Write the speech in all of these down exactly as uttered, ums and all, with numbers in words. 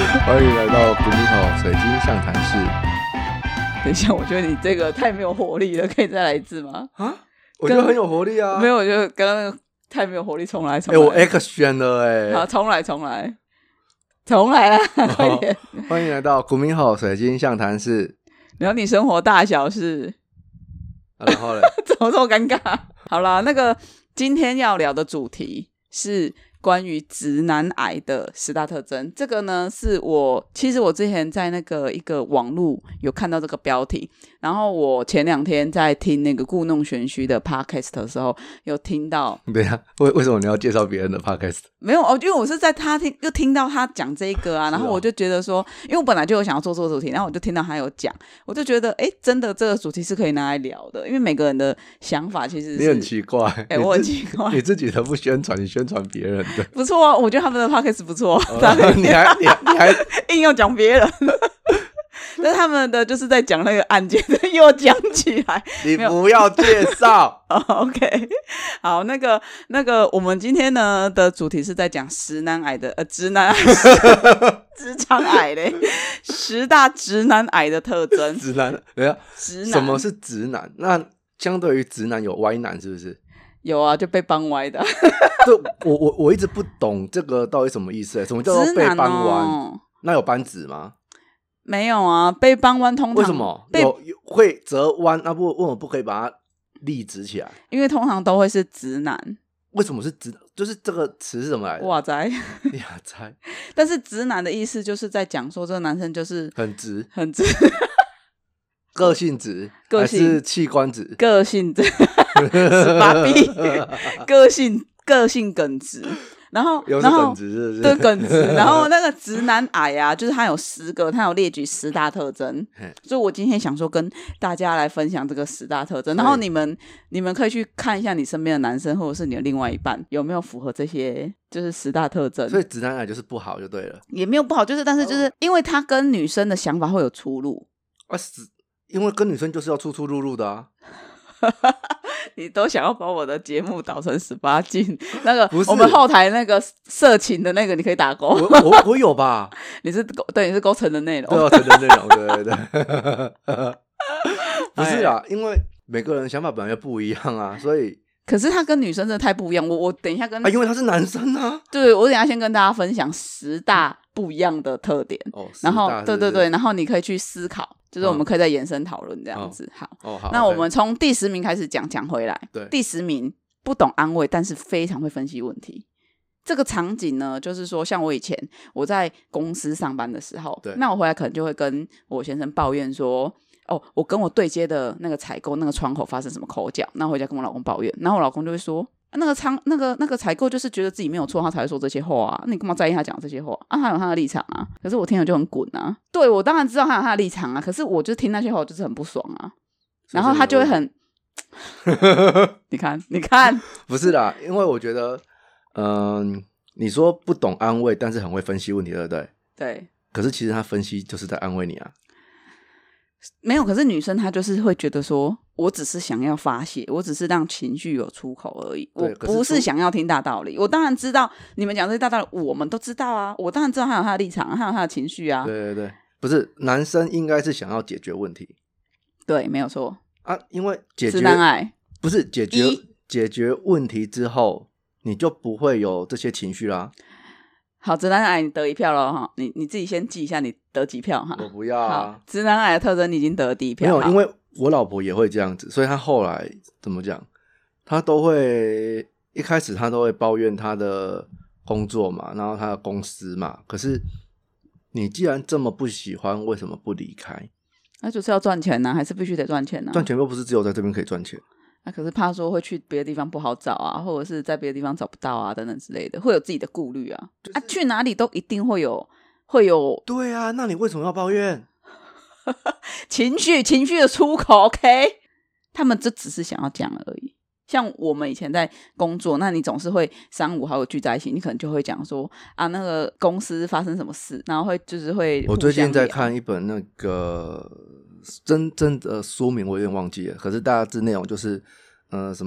欢迎来到古米吼水晶象谈室。 等一下，我觉得你这个太没有活力了，可以再来一次吗？ 啊，我觉得很有活力啊。 没有，我觉得刚刚那个太没有活力，重来，重来。 哎、欸，我 action 了哎、欸。 好，重来，重来，重来啦，快点！ 欢迎来到古米吼水晶象谈室， 聊你生活大小事。 啊、然后呢？ 怎么这么尴尬？好啦，那个今天要聊的主题是关于直男癌的十大特征。这个呢，是我其实我之前在那个一个网路有看到这个标题，然后我前两天在听那个故弄玄虚的 podcast 的时候，有听到。 对啊，为为什么你要介绍别人的 podcast？ 没有哦，因为我是在他听又听到他讲这个啊，然后我就觉得说，因为我本来就有想要做这个主题，然后我就听到他有讲，我就觉得哎，真的这个主题是可以拿来聊的，因为每个人的想法其实是。 你很奇怪， 哎，我很奇怪， 你自己的不宣传，你宣传别人的， 不错啊，我觉得他们的 podcast 不错， 哦、你还你还你还硬要讲别人。但是他们的就是在讲那个案件，又讲起来。 你不要介绍。 哦、OK， 好，那个那个，我们今天呢的主题是在讲直男癌的，呃，直男癌，直肠癌嘞，十大直男癌的特征。 直男，对啊， 直男， 什么是直男？那相对于直男有歪男，是不是？ 有啊，就被帮歪的。 对，我我我一直不懂这个到底什么意思？什么叫做被帮弯？哦、那有扳直吗？ 没有啊，被帮弯通常为什么有有会折弯？那不为什么不可以把它立直起来？ 因为通常都会是直男。 为什么是直？就是这个词是怎么来的？ 哇塞， 哇塞！ 但是直男的意思就是在讲说，这个男生就是很直， 很直， 个性直， 个性还是器官直？ 个性直，十八 B， 个性个性耿直。然后， 又是耿直是不是？ 对，耿直。然后那个直男癌啊，就是他有十个，他有列举十大特征。所以我今天想说跟大家来分享这个十大特征。然后你们你们可以去看一下你身边的男生或者是你的另外一半有没有符合这些就是十大特征。 所以直男癌就是不好就对了。 也没有不好，就是但是就是因为他跟女生的想法会有出入。 啊，因为跟女生就是要出出入入的啊。 你都想要把我的节目导成十八禁，那个我们后台那个色情的那个你可以打勾。 我我我有吧？ 你是对，你是勾成的内容， 对，成的内容，对对对。不是啊，因为每个人想法本来就不一样啊，所以。 可是他跟女生真的太不一样，我我等一下跟啊，因为他是男生啊。 对，我等一下先跟大家分享十大不一样的特点， 哦， 然后是是对对对，然后你可以去思考。就是我们可以再延伸讨论这样子。 哦、 好， 哦、好， 那我们从第十名开始讲，讲回来。 对， 第十名不懂安慰，但是非常会分析问题。这个场景呢，就是说，像我以前我在公司上班的时候， 对， 那我回来可能就会跟我先生抱怨说，哦，我跟我对接的那个采购那个窗口发生什么口角，那回家跟我老公抱怨，然后我老公就会说。那个仓那个那个采购就是觉得自己没有错，他才会说这些话啊！你干嘛在意他讲这些话啊？他有他的立场啊，可是我听了就很滚啊。对，我当然知道他有他的立场啊，可是我就听那些话，我就是很不爽啊。然后他就会很，你看，你看， 不是啦，因为我觉得，嗯、呃，你说不懂安慰，但是很会分析问题，对不对？ 对。 可是其实他分析就是在安慰你啊。 没有，可是女生她就是会觉得说，我只是想要发泄，我只是让情绪有出口而已，我不是想要听大道理。我当然知道你们讲这些大道理，我们都知道啊，我当然知道他有他的立场，他有他的情绪啊。 对对对，不是男生应该是想要解决问题， 对，没有错啊，因为解决直男癌不是解决解决问题之后，你就不会有这些情绪啦。 好，直男癌你得一票了哈，你你自己先记一下你得几票哈。 我不要啊。 好，直男癌的特征你已经得第一票。 没有，因为我老婆也会这样子，所以她后来怎么讲，她都会一开始她都会抱怨她的工作嘛，然后她的公司嘛。可是你既然这么不喜欢，为什么不离开？ 那就是要赚钱啊，还是必须得赚钱啊？ 赚钱又不是只有在这边可以赚钱。 那、啊、可是怕说会去别的地方不好找啊，或者是在别的地方找不到啊，等等之类的，会有自己的顾虑啊。就是、啊，去哪里都一定会有，会有。 对啊，那你为什么要抱怨？ 情绪，情绪的出口 ，OK？ 他们就只是想要讲而已。像我们以前在工作，那你总是会三五好友聚在一起，你可能就会讲说啊，那个公司发生什么事，然后会就是会。 我最近在看一本那个真正的书名，我有点忘记了，可是大致内容就是呃什么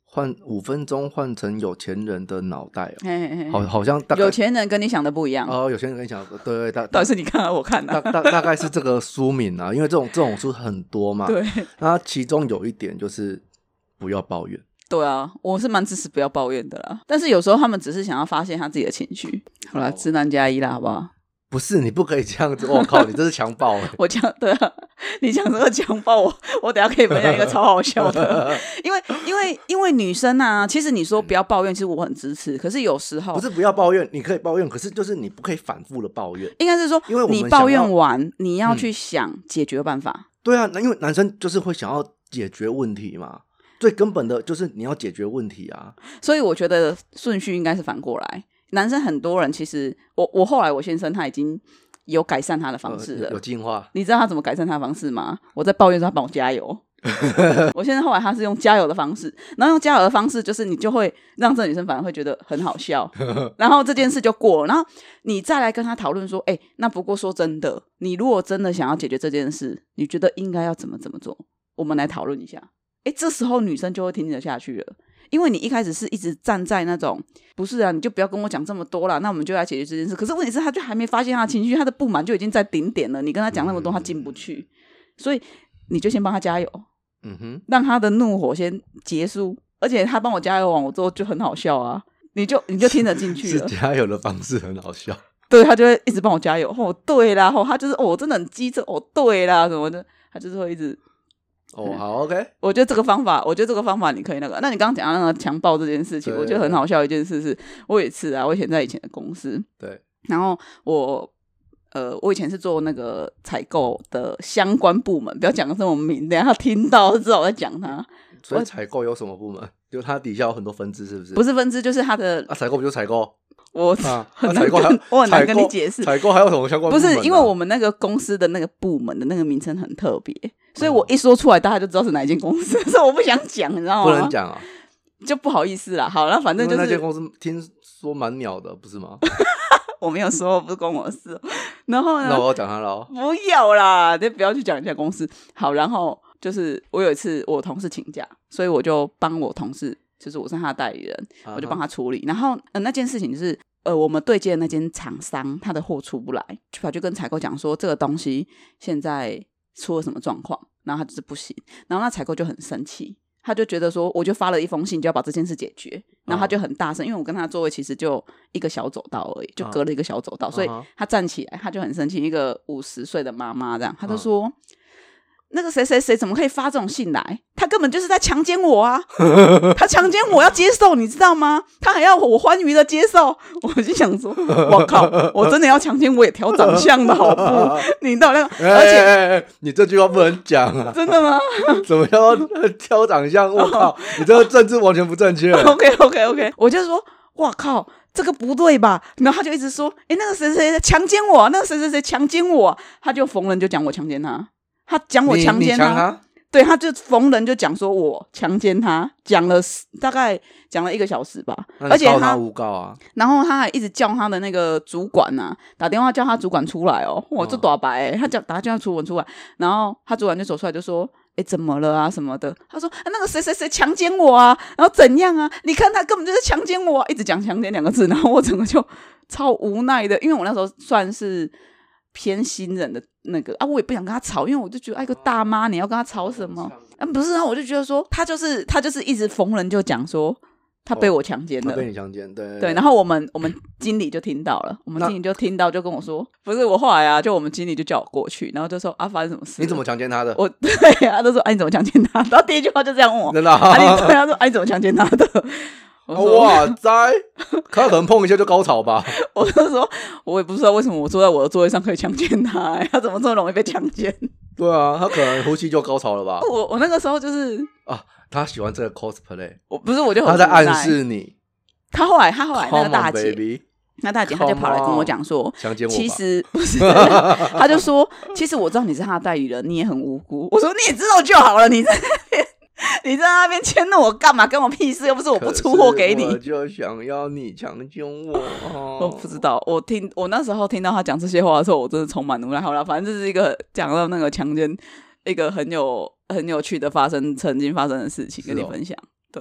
换五分钟换成有钱人的脑袋、哦， 嘿嘿嘿好，好像大概有钱人跟你想的不一样哦，有钱人跟你讲，对对，大到底是你看还是我看大的、啊？ 大大概是这个书名啊，因为这种这种书很多嘛， 对， 那其中有一点就是不要抱怨。 对啊，我是蛮支持不要抱怨的啦。但是有时候他们只是想要发泄他自己的情绪。好啦，直男加一啦，好不好？ 不是，你不可以这样子！我靠，你这是强暴、欸！ 我讲对啊，你讲这个强暴我，我等一下可以分享一个超好笑的。因为因为因为女生啊，其实你说不要抱怨，其实我很支持。可是有时候不是不要抱怨，你可以抱怨，可是就是你不可以反复的抱怨。 应该是说， 因为我们你抱怨完，你要去想解决办法。 嗯、对啊，那因为男生就是会想要解决问题嘛，最根本的就是你要解决问题啊。 所以我觉得顺序应该是反过来。男生很多人其实，我我后来我先生他已经有改善他的方式了， 呃、有进化。 你知道他怎么改善他的方式吗？我在抱怨说他帮我加油。我现在后来他是用加油的方式，然后用加油的方式就是你就会让这女生反而会觉得很好笑，然后这件事就过了，然后你再来跟他讨论说，哎、欸，那不过说真的，你如果真的想要解决这件事，你觉得应该要怎么怎么做？我们来讨论一下。哎、欸，这时候女生就会听得下去了。因为你一开始是一直站在那种不是啊，你就不要跟我讲这么多啦，那我们就来解决这件事。可是问题是他就还没发现他的情绪，他的不满就已经在顶点了，你跟他讲那么多他进不去，所以你就先帮他加油，嗯哼，让他的怒火先结束。而且他帮我加油完我之后就很好笑啊，你就你就听得进去了。 是加油的方式很好笑。 对，他就会一直帮我加油。哦，对啦，哦，他就是哦，真的很机车。哦，对啦，什么的，他就是会一直。 哦，好 ，OK。 我觉得这个方法，我觉得这个方法你可以那个。那你刚刚讲到那个强暴这件事情，我觉得很好笑。一件事是，我有一次啊，我以前在以前的公司， 对， 然后我呃，我以前是做那个采购的相关部门，不要讲这么明，等一下他听到知道我在讲他。 所以采购有什么部门？就它底下有很多分支，是不是？ 不是分支，就是他的啊，采购不就采购？ 我很难跟、 啊、 我很难跟你解释。 采购还有什么相关部门、啊？ 不是，因为我们那个公司的那个部门的那个名称很特别，所以我一说出来，大家就知道是哪一间公司。所以我不想讲，你知道吗？ 不能讲啊， 就不好意思啦。好，那反正就是那间公司听说蛮鸟的，不是吗？ 我没有说，不是关我的事。然后呢？ 那我要讲他了、哦。 不要啦，你不要去讲人家公司。好，然后就是我有一次我同事请假，所以我就帮我同事。就是我是他的代理人， uh-huh. 我就帮他处理。然后、呃、那件事情就是呃，我们对接的那间厂商他的货出不来，就跑去跟采购讲说这个东西现在出了什么状况，然后他就是不行，然后那采购就很生气，他就觉得说我就发了一封信就要把这件事解决，然后他就很大声，因为我跟他座位其实就一个小走道而已，就隔了一个小走道， uh-huh. 所以他站起来他就很生气，一个五十岁的妈妈这样，他就说、uh-huh.那个谁谁谁怎么可以发这种信来？他根本就是在强奸我啊！他强奸我要接受，你知道吗？他还要我欢愉的接受。我就想说，我靠，我真的要强奸我也挑长相的好不？你到那个，而且、 欸欸欸、你这句话不能讲啊！ 真的吗？ 怎么要挑长相？我靠，你这个政治完全不正确。 OK OK OK， 我就说，哇靠。这个不对吧？然后他就一直说，哎，那个谁谁强奸我，那个谁谁谁强奸我，他就逢人就讲我强奸他。他讲我强奸 他, 他，对，他就逢人就讲说我强奸他，讲了大概讲了一个小时吧，而且他, 他诬告啊，然后他还一直叫他的那个主管啊，打电话叫他主管出来哦，我这大白、欸，他叫打叫他主管出来，然后他主管就走出来就说，哎，怎么了啊什么的？他说、啊、那个谁谁谁强奸我啊，然后怎样啊？你看他根本就是强奸我、啊，一直讲强奸两个字，然后我整个就超无奈的，因为我那时候算是。偏新人的那个啊，我也不想跟他吵，因为我就觉得，哎，一个大妈，你要跟他吵什么？啊，不是啊，我就觉得说，他就是他就是一直逢人就讲说，他被我强奸了， 哦、他被你强奸，对 对, 对。然后我们我们经理就听到了，我们经理就听到就跟我说，不是我后来啊，就我们经理就叫我过去，然后就说啊，发生什么事？ 你怎么强奸他的？ 我对啊，他就说啊，你怎么强奸他？然后第一句话就这样问我， 真的啊？ 啊你对他说啊，你怎么强奸他的？ 哇塞，他可能碰一下就高潮吧。 我就说，我也不知道为什么我坐在我的座位上可以强奸他、欸，他怎么这么容易被强奸？ 对啊，他可能呼吸就高潮了吧。 我我那个时候就是啊，他喜欢这个 cosplay， 我不是我就很他在暗示你。 他后来他后来那个大姐， on, 那大姐她就跑来跟我讲说， 强奸我吧， 其实不是，他就说，其实我知道你是他的代理人，你也很无辜。我说你也知道就好了，你在那边。你在那边牵着我干嘛？干我屁事？又不是我不出货给你。 我就想要你强奸我。 我不知道，我听我那时候听到他讲这些话的时候，我真的充满无奈。好了，反正这是一个讲到那个强奸，一个很有很有趣的发生曾经发生的事情，跟你分享。哦、对，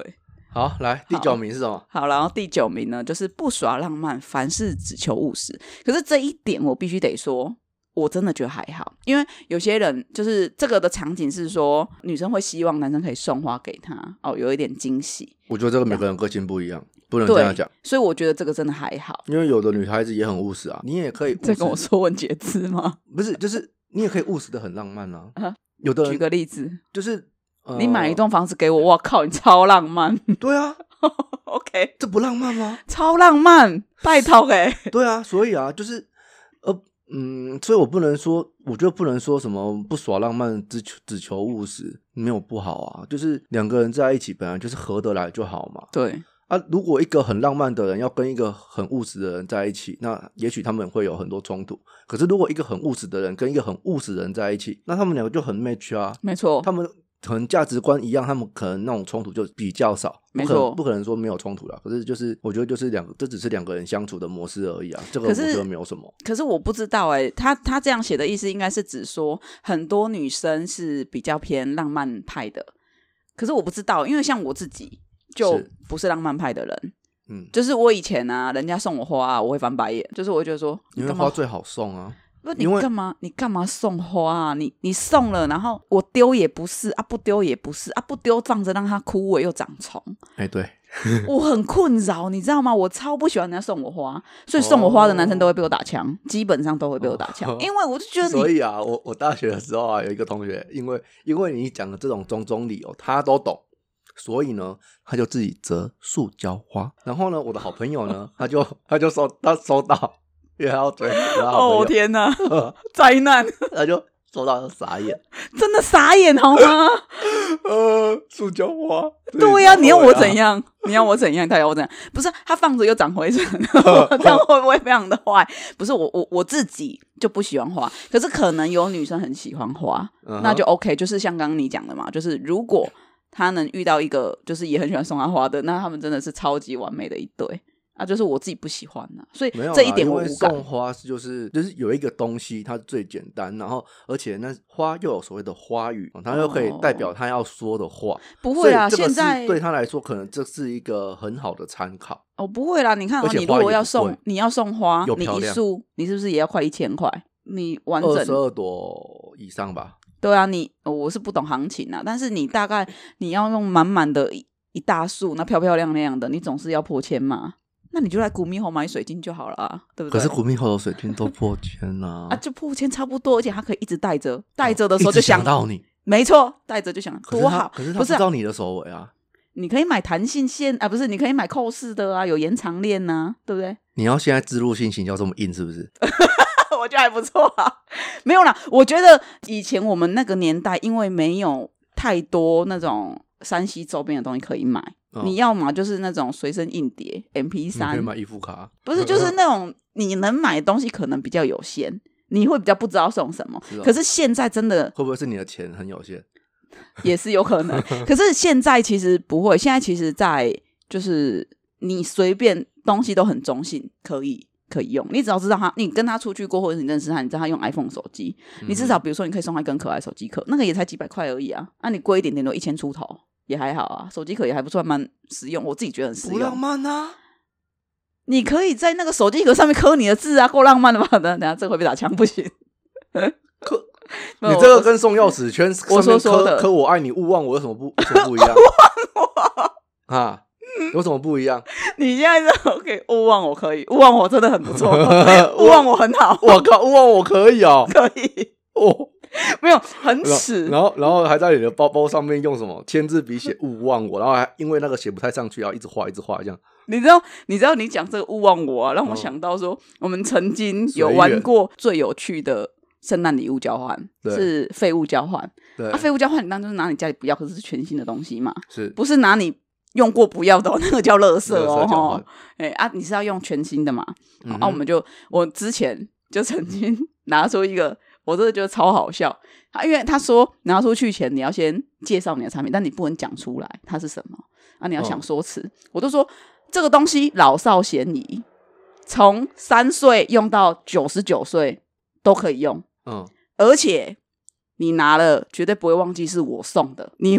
好，来第九名是什么？ 好，然后第九名呢，就是不耍浪漫，凡事只求务实。可是这一点我必须得说，我真的觉得还好，因为有些人就是这个的场景是说，女生会希望男生可以送花给她，哦，有一点惊喜。 我觉得这个每个人个性不一样，不能这样讲。 所以我觉得这个真的还好， 因为有的女孩子也很务实啊，你也可以务实。 在跟我说文解字吗？ 不是，就是你也可以务实的很浪漫啊。啊有的人举个例子， 就是、呃、 你买一栋房子给我，哇靠，你超浪漫。 对啊 ，OK， 这不浪漫吗？ 超浪漫，拜托哎、欸。 对啊，所以啊，就是呃嗯，所以我不能说，我觉得不能说什么不耍浪漫，只求只求务实，没有不好啊。就是两个人在一起，本来就是合得来就好嘛。 对啊，如果一个很浪漫的人要跟一个很务实的人在一起，那也许他们会有很多冲突。可是如果一个很务实的人跟一个很务实的人在一起，那他们两个就很 match 啊。 没错， 他们可能价值观一样，他们可能那种冲突就比较少。 没错， 不可能说没有冲突啦。可是就是我觉得就是两个，这只是两个人相处的模式而已啊。这个我觉得没有什么。 可是我不知道哎、欸，他他这样写的意思应该是指说很多女生是比较偏浪漫派的。可是我不知道，因为像我自己就不是浪漫派的人。嗯，就是我以前啊，人家送我花、啊，我会翻白眼，就是我会觉得说， 因为花最好送啊。 不，你干嘛？你干嘛送花啊？你你送了，然后我丢也不是啊，不丢也不是啊，不丢放着让它枯萎又长虫。 哎、欸，对， 我很困扰，你知道吗？我超不喜欢人家送我花，所以送我花的男生都会被我打枪、哦，基本上都会被我打枪、哦，因为我就觉得你。 所以啊，我我大学的时候啊，有一个同学，因为因为你讲的这种种种理由，他都懂。所以呢，他就自己折塑胶花，然后呢，我的好朋友呢，他就他就收他收到，因为他要追， 哦天哪，灾难！ 他就收到就傻眼， 真的傻眼好吗？ 呃，塑胶花， 对呀、啊，你要我怎样？你要我怎样？他要我怎样？不是他放着又长灰尘，这样会不会非常的坏？不是我我我自己就不喜欢花，可是可能有女生很喜欢花，嗯、那就 OK， 就是像刚刚你讲的嘛，就是如果。他能遇到一个就是也很喜欢送他花的，那他们真的是超级完美的一对啊！就是我自己不喜欢啊，所以这一点我无感。 送花就是就是有一个东西，它最简单，然后而且那花又有所谓的花语，它又可以代表他要说的话。 不会啦，现在对他来说，可能这是一个很好的参考。 哦，不会啦，你看、哦，你如果要送，你要送花，你一束，你是不是也要快一千块？你完整二十二朵以上吧。 对啊，你我是不懂行情啊，但是你大概你要用满满的 一, 一大束，那漂漂亮亮的，你总是要破千嘛。那你就来古米后买水晶就好了、啊，对不对？ 可是古米后的水晶都破千啊， 啊，就破千差不多，而且它可以一直带着，带着的时候就想、 哦、到你， 没错，带着就想多好。 可是他不知道你的手尾啊， 你可以买弹性线啊，不是，你可以买扣式的啊，有延长链呐、啊，对不对？ 你要现在植入性行销这么硬是不是？ 我觉得还不错啊，没有啦。我觉得以前我们那个年代，因为没有太多那种山西周边的东西可以买，哦、你要嘛就是那种随身硬碟 M P 三， 你可以买衣服卡， 不是就是那种你能买的东西可能比较有限，你会比较不知道送什么。是哦、可是现在真的会不会是你的钱很有限？ 也是有可能。可是现在其实不会，现在其实在就是你随便东西都很中性，可以。可以用，你只要知道他，你跟他出去过，或者是你认识他，你知道他用 iPhone 手机、嗯，你至少比如说你可以送他一根可爱手机壳，那个也才几百块而已啊，那、啊、你贵一点点都一千出头，也还好啊，手机壳也还不错，蛮实用，我自己觉得很实用。 不浪漫啊！ 你可以在那个手机壳上面刻你的字啊，够浪漫的吧？等下这个会被打枪，不行。 刻你这个跟送钥匙圈我说说的刻我爱你勿忘我有什么不有什么不一样？ 勿忘我啊？有什么不一样？ 你现在是 OK， 勿忘我可以，勿忘我真的很不错，勿忘我很好。 我靠，勿忘我可以哦， 可以哦， 没有很耻。 然后，然后还在你的包包上面用什么签字笔写勿忘我，然后还因为那个写不太上去，然后一直画，一直画这样。 你知道，你知道你讲这个勿忘我啊，让我想到说，哦、我们曾经有玩过最有趣的圣诞礼物交换，是废物交换。对啊，废物交换，你当然就是拿你家里不要，可是是全新的东西嘛，是不是拿你？用过不要的、哦、那个叫垃圾哦，哎啊，你是要用全新的嘛？嗯、啊，我们就我之前就曾经拿出一个，我真的觉得超好笑。他因为他说拿出去前你要先介绍你的产品，但你不能讲出来它是什么啊，你要想说辞。哦、我就说这个东西老少咸宜，从三岁用到九十九岁都可以用，嗯，而且你拿了绝对不会忘记是我送的，你会。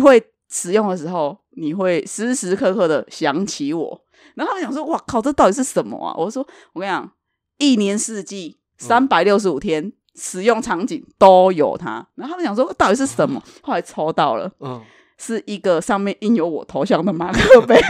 使用的时候，你会时时刻刻的想起我。然后他们想说，哇靠，这到底是什么啊？我说，我跟你讲，一年四季三百六十五天、嗯、使用场景都有它。然后他们想说，到底是什么？后来抽到了，嗯，是一个上面印有我头像的马克杯。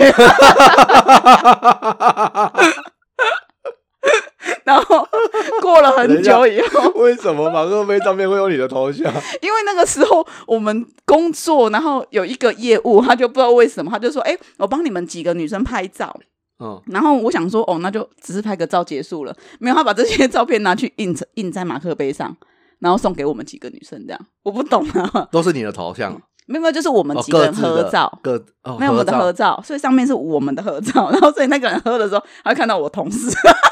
然后过了很久以后， 为什么马克杯上面会有你的头像？ 因为那个时候我们工作，然后有一个业务，他就不知道为什么，他就说：“哎、欸，我帮你们几个女生拍照。”嗯，然后我想说，哦，那就只是拍个照结束了。没有，他把这些照片拿去印印在马克杯上，然后送给我们几个女生，这样我不懂啊。 都是你的头像。 嗯，没有没有，就是我们几个人合照， 各、哦、 没有我们的合照，所以上面是我们的合照，然后所以那个人喝的时候，他会看到我同事。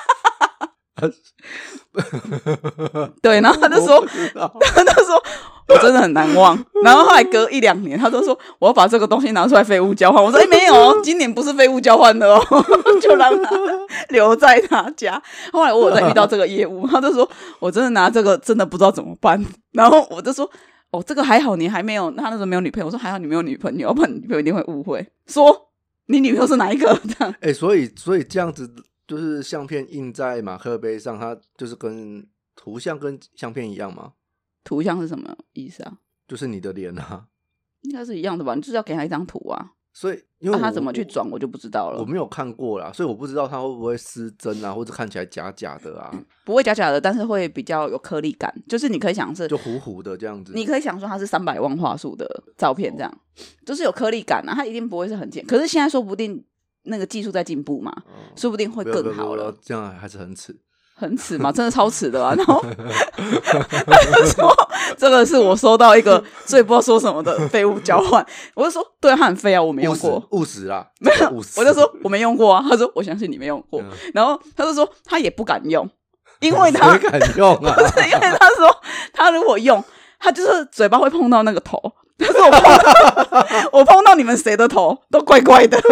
对，然后他就说，他就说我真的很难忘。然后后来隔一两年，他就说我要把这个东西拿出来废物交换。我说哎、欸，没有，今年不是废物交换的哦，就让他留在他家。后来我有再遇到这个业务，他就说我真的拿这个真的不知道怎么办。然后我就说哦，这个还好你还没有，他那时候没有女朋友。我说还好你没有女朋友，要不然你女朋友一定会误会，说你女朋友是哪一个这样。 哎、欸，所以所以这样子。就是相片印在马克杯上，它就是跟图像跟相片一样吗？ 图像是什么意思啊？ 就是你的脸啊， 应该是一样的吧？你就是要给他一张图啊。 所以因为、 啊、他怎么去转我就不知道了。 我没有看过啦，所以我不知道他会不会失真啊，或者看起来假假的啊、嗯。 不会假假的，但是会比较有颗粒感，就是你可以想是就糊糊的这样子。 你可以想说它是三百万画素的照片，这样、哦、就是有颗粒感啊，它一定不会是很简。可是现在说不定。那个技术在进步嘛、哦，说不定会更好了。 这样还是很耻， 很耻嘛，真的超耻的啊！然后他就说这个是我收到一个最不知道说什么的废物交换，我就说对，他很废啊，我没用过， 务实啦， 没有，我就说我没用过啊。他说我相信你没用过，嗯、然后他就说他也不敢用，因为他谁敢用啊？ 不是因为他说他如果用，他就是嘴巴会碰到那个头，但是我碰到我碰到你们谁的头都怪怪的。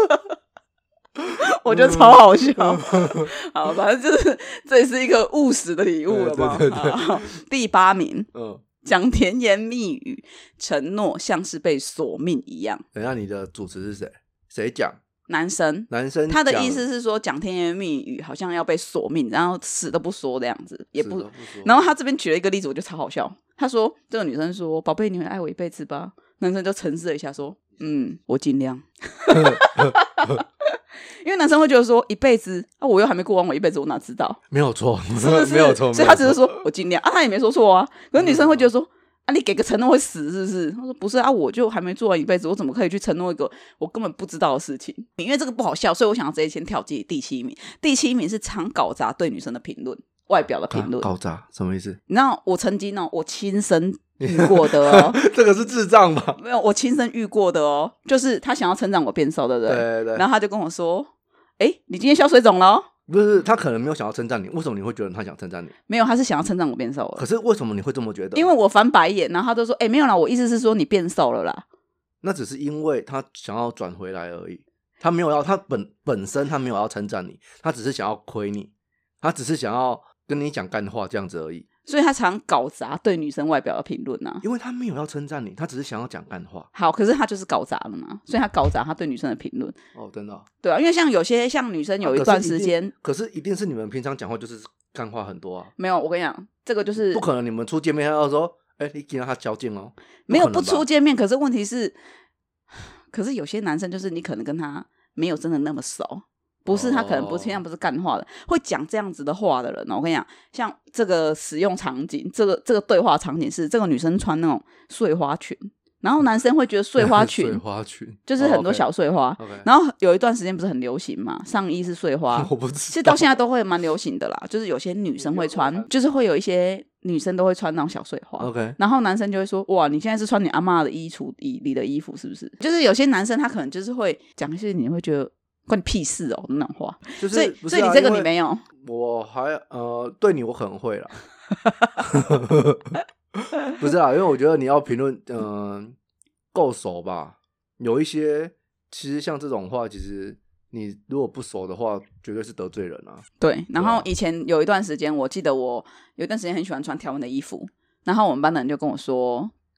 我觉得超好笑。好，反正就是这也是一个务实的礼物了嘛。对对对对。第八名，嗯，讲甜言蜜语，承诺像是被索命一样。 等一下，你的主持是谁？谁讲？ 男生， 男生。 他的意思是说，讲甜言蜜语好像要被索命，然后死都不说这样子，也不。不然后他这边举了一个例子，我觉得超好笑。他说，这个女生说：“宝贝，你会爱我一辈子吧？”男生就沉思了一下，说：“嗯，我尽量。”因为男生会觉得说一辈子啊，我又还没过完我一辈子，我哪知道？ 没有错， 是不是？ 没有错， 所以他只是说我尽量啊，他也没说错啊。可是女生会觉得说、嗯、啊，你给个承诺会死是不是？他说不是啊，我就还没做完一辈子，我怎么可以去承诺一个我根本不知道的事情？因为这个不好笑，所以我想要直接先跳进第七名。第七名是常搞砸对女生的评论，外表的评论。 搞砸什么意思？ 你知道我曾经哦，我亲身遇过的哦， 这个是智障吧？ 没有，我亲身遇过的哦，就是他想要称赞我变瘦，对不对？ 对对对。 然后他就跟我说。哎，你今天消水肿了、哦？ 不是，他可能没有想要称赞你，为什么你会觉得他想称赞你？ 没有，他是想要称赞我变瘦了。 可是为什么你会这么觉得？ 因为我翻白眼，然后他就说：“哎，没有啦，我意思是说你变瘦了啦。” 那只是因为他想要转回来而已，他没有要，他本本身他没有要称赞你，他只是想要亏你，他只是想要跟你讲干话这样子而已。 所以他常搞砸对女生外表的评论啊， 因为他没有要称赞你，他只是想要讲干话。 好，可是他就是搞砸了嘛，所以他搞砸他对女生的评论。 哦，真的、哦？ 对啊，因为像有些像女生有一段时间、 啊，可是一定是你们平常讲话就是干话很多啊。 没有，我跟你讲，这个就是不可能，你们初见面他要说，哎、欸，你跟他交劲哦， 没有不初见面，可是问题是，可是有些男生就是你可能跟他没有真的那么熟。不是他可能不尽量不是干话的， oh. 会讲这样子的话的人，我跟你讲，像这个使用场景，这个这个对话场景是这个女生穿那种碎花裙，然后男生会觉得碎花裙， 碎花裙就是很多小碎花， oh, okay. 然后有一段时间不是很流行嘛，上衣是碎花， 我不知道， 其实到现在都会蛮流行的啦，就是有些女生会穿，就是会有一些女生都会穿那种小碎花 ，OK， 然后男生就会说，哇，你现在是穿你阿嬷的衣橱里的衣服是不是？就是有些男生他可能就是会讲一些你会觉得。关你屁事哦，那种话， 就是所以、 啊、 所以你这个你没有， 我还呃对你我可能会啦，不是啊，因为我觉得你要评论，嗯、呃，够熟吧？有一些其实像这种话，其实你如果不熟的话，绝对是得罪人啊。 对，然后以前有一段时间，我记得我有一段时间很喜欢穿条纹的衣服，然后我们班的人就跟我说。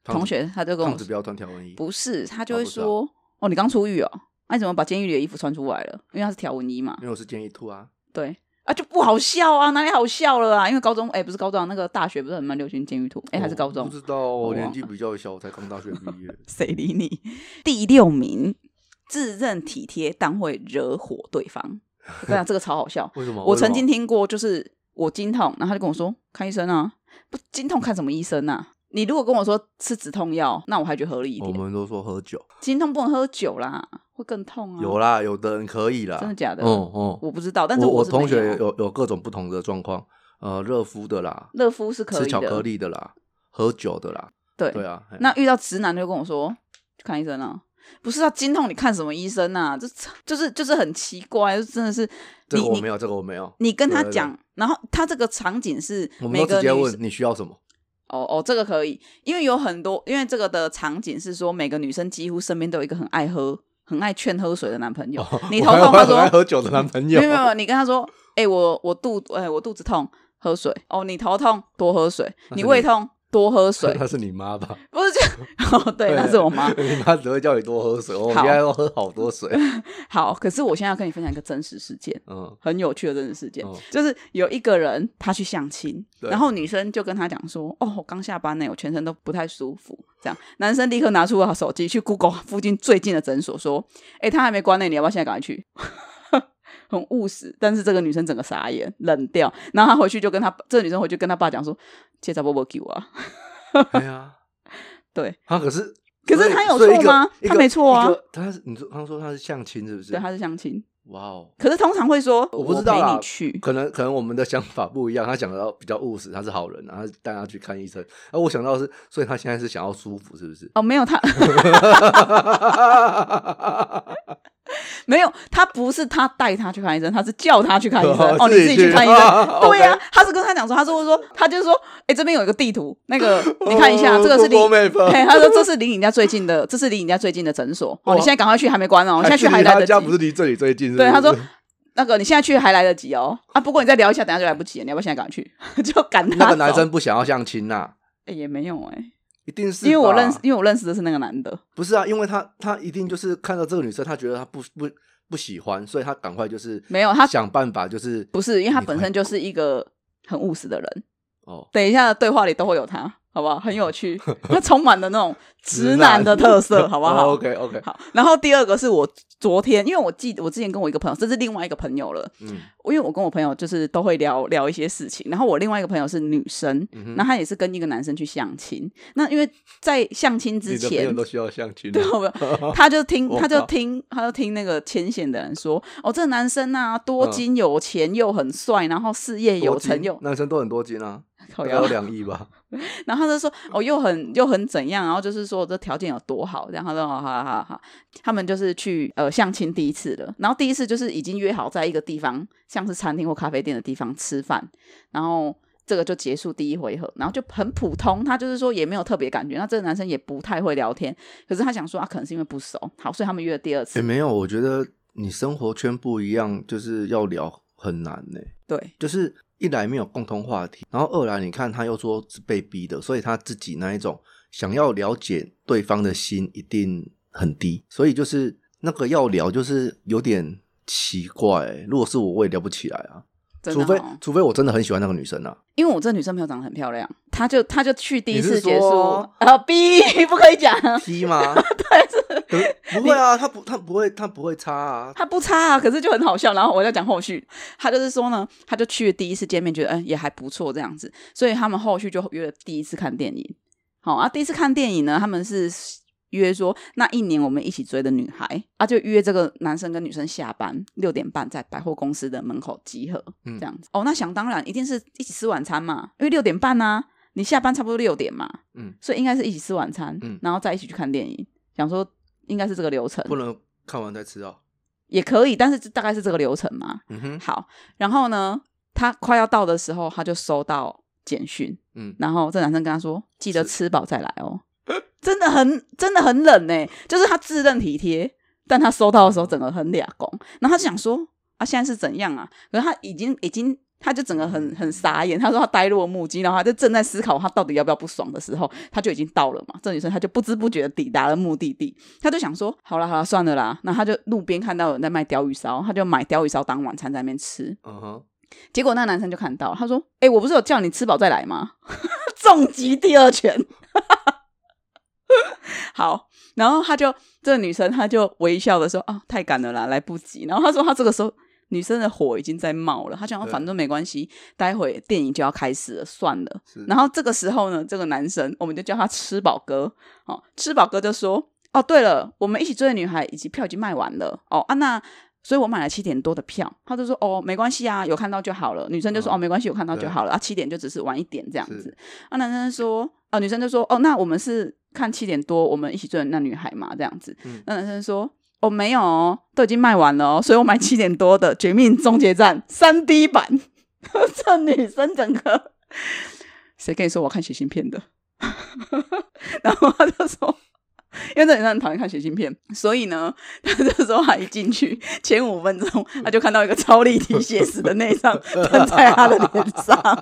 同学他就跟我胖子不要穿条纹衣， 不是，他就会说、 哦哦你刚出狱哦，那、啊、你怎么把监狱里的衣服穿出来了？因为他是条纹衣嘛。 因为我是监狱兔啊。 对啊，就不好笑啊，哪里好笑了啊？因为高中哎、欸，不是高中、啊，那个大学不是很蛮流行监狱兔，哎、欸，还是高中？ 我不知道，我年纪比较小，我才刚大学毕业。 谁理你？第六名，自认体贴但会惹火对方。我跟你讲，这个超好笑。 为什么？ 我曾经听过，就是我经痛，然后他就跟我说看医生啊，不经痛看什么医生啊？你如果跟我说吃止痛药，那我还觉得合理一点。 我们都说喝酒， 经痛不能喝酒啦，会更痛啊。 有啦，有的人可以啦， 真的假的？ 嗯嗯， 我不知道，但是我是没有同学有有各种不同的状况，呃，热敷的啦， 热敷是可以的， 吃巧克力的啦，喝酒的啦， 对对啊。 那遇到直男就跟我说去看医生啊，不是啊，经痛你看什么医生啊？这就是就是很奇怪，就真的是这个我没有，这个我没有。 你跟他讲，然后他这个场景是我们都直接问你需要什么。 哦哦，这个可以，因为有很多，因为这个的场景是说，每个女生几乎身边都有一个很爱喝、很爱劝喝水的男朋友。哦、你头痛，他说很爱喝酒的男朋友， 没有没有，你跟他说，哎、欸，我我肚哎、欸、我肚子痛，喝水。哦，你头痛多喝水，你胃痛多喝水。 那是你妈吧？ 不是这样，哦，对，那是我妈。 你妈只会叫你多喝水，我现在要喝好多水。 好，可是我现在要跟你分享一个真实事件， 嗯， 很有趣的真实事件， 嗯、 就是有一个人他去相亲，然后女生就跟他讲说：“哦，我刚下班呢，我全身都不太舒服。”这样，男生立刻拿出了手机去 Google 附近最近的诊所，说：“哎、欸，他还没关呢，你要不要现在赶快去？”很务实，但是这个女生整个傻眼，冷掉。然后他回去就跟他这个女生回去跟他爸讲说：“这查某没救啊。” 哎呀， 对， 他可是， 可是他有错吗？他没错啊。 他是你说，他说他是相亲，是不是？ 对，他是相亲。 哇哦！ 可是通常会说， 我不知道啦， 我陪你去。 可能可能我们的想法不一样。他讲的比较务实，他是好人，然后带他去看医生。而我想到的是，所以他现在是想要舒服，是不是？ 哦，没有他。没有，他不是他带他去看医生，他是叫他去看医生。哦, 哦，你自己去看医生。对呀、啊，他是跟他讲说，他说说，他就说，哎、欸，这边有一个地图，那个你看一下，这个是离，嘿，他说这是离你家最近的，这是离你家最近的诊所。哦，你现在赶快去，还没关哦，你现在去还来得及。 他家不是离这里最近是不是？ 对，他说那个你现在去还来得及哦。啊，不过你再聊一下，等一下就来不及了，你要不要现在赶快去？就赶他。 那个男生不想要相亲呐、啊？ 哎、欸，也没有哎、欸。 一定是因为我认识，因为我认识的是那个男的。 不是啊，因为他他一定就是看到这个女生，他觉得他不不不喜欢，所以他赶快就是没有他想办法，就是不是因为他本身就是一个很务实的人。 哦， 等一下的对话里都会有他，好不好？很有趣，他充满了那种直男的特色，好不好、 哦、？OK OK。 好，然后第二个是我昨天，因为我记得我之前跟我一个朋友，这是另外一个朋友了，嗯，因为我跟我朋友就是都会聊聊一些事情，然后我另外一个朋友是女生，嗯，那她也是跟一个男生去相亲，那因为在相亲之前， 你的朋友都需要相亲， 对，他就听，他就听，他就听那个牵线的人说，哦，这个男生啊，多金有钱又很帅，然后事业有成又， 男生都很多金啊。大概有两亿吧， 然后他就说哦，又很又很怎样，然后就是说这条件有多好，然后他说好好好好，他们就是去呃相亲第一次了，然后第一次就是已经约好在一个地方，像是餐厅或咖啡店的地方吃饭，然后这个就结束第一回合，然后就很普通，他就是说也没有特别感觉，那这个男生也不太会聊天，可是他想说啊，可能是因为不熟，好，所以他们约了第二次。 也没有，我觉得你生活圈不一样，就是要聊很难呢、欸。 对， 就是一来没有共同话题，然后二来你看他又说是被逼的，所以他自己那一种想要了解对方的心一定很低，所以就是那个要聊就是有点奇怪、欸、如果是我我也聊不起来啊，除非除非我真的很喜欢那个女生啊， 因为我这个女生朋友长得很漂亮，她就她就去第一次结束啊 B 不可以讲 T 吗？ 对， 是不会啊，她不她不会她不会差啊， 她不差啊，可是就很好笑。然后我在讲后续，她就是说呢，她就去第一次见面，觉得嗯也还不错这样子，所以他们后续就约了第一次看电影。好啊，第一次看电影呢，他们是约说那一年我们一起追的女孩啊，就约这个男生跟女生下班六点半在百货公司的门口集合，这样子、嗯、哦。那想当然一定是一起吃晚餐嘛，因为六点半啊，你下班差不多六点嘛，嗯，所以应该是一起吃晚餐，嗯，然后再一起去看电影，想说应该是这个流程， 不能看完再吃哦， 也可以，但是大概是这个流程嘛，嗯哼，好，然后呢，他快要到的时候，他就收到简讯，嗯，然后这男生跟他说，记得吃饱再来哦。真的很真的很冷欸，就是他自认体贴，但他收到的时候整个很俩公，然后他就想说啊现在是怎样啊，可是他已经已经他就整个很很傻眼，他说他呆若木鸡，然后他就正在思考他到底要不要不爽的时候，他就已经到了嘛。这女生她就不知不觉的抵达了目的地，他就想说好啦好啦算了啦，那他就路边看到有人在卖鲷鱼烧，他就买鲷鱼烧当晚餐在那边吃。 嗯哼， 结果那男生就看到，他说哎、欸，我不是有叫你吃饱再来吗？重击第二拳。好，然后他就这个女生她就微笑的说啊太赶了啦，来不及。然后他说他这个时候女生的火已经在冒了，他想反正没关系，待会电影就要开始了，算了。然后这个时候呢，这个男生我们就叫他吃饱哥。哦，吃饱哥就说哦对了，我们一起追的女孩以及票已经卖完了哦啊那所以我买了七点多的票。他就说哦没关系啊，有看到就好了。女生就说、嗯、哦没关系，有看到就好了啊，七点就只是晚一点这样子。啊男生说哦女生就说哦那我们是看七点多我们一起追的那女孩嘛这样子。嗯、那男生说哦没有哦，都已经卖完了哦，所以我买七点多的《绝命终结战》三 D 版。这女生整个谁跟你说我看血腥片的？然后他就说因为这女生很讨厌看血腥片，所以呢他就说他一进去前五分钟他就看到一个超立体写实的内脏喷在他的脸上。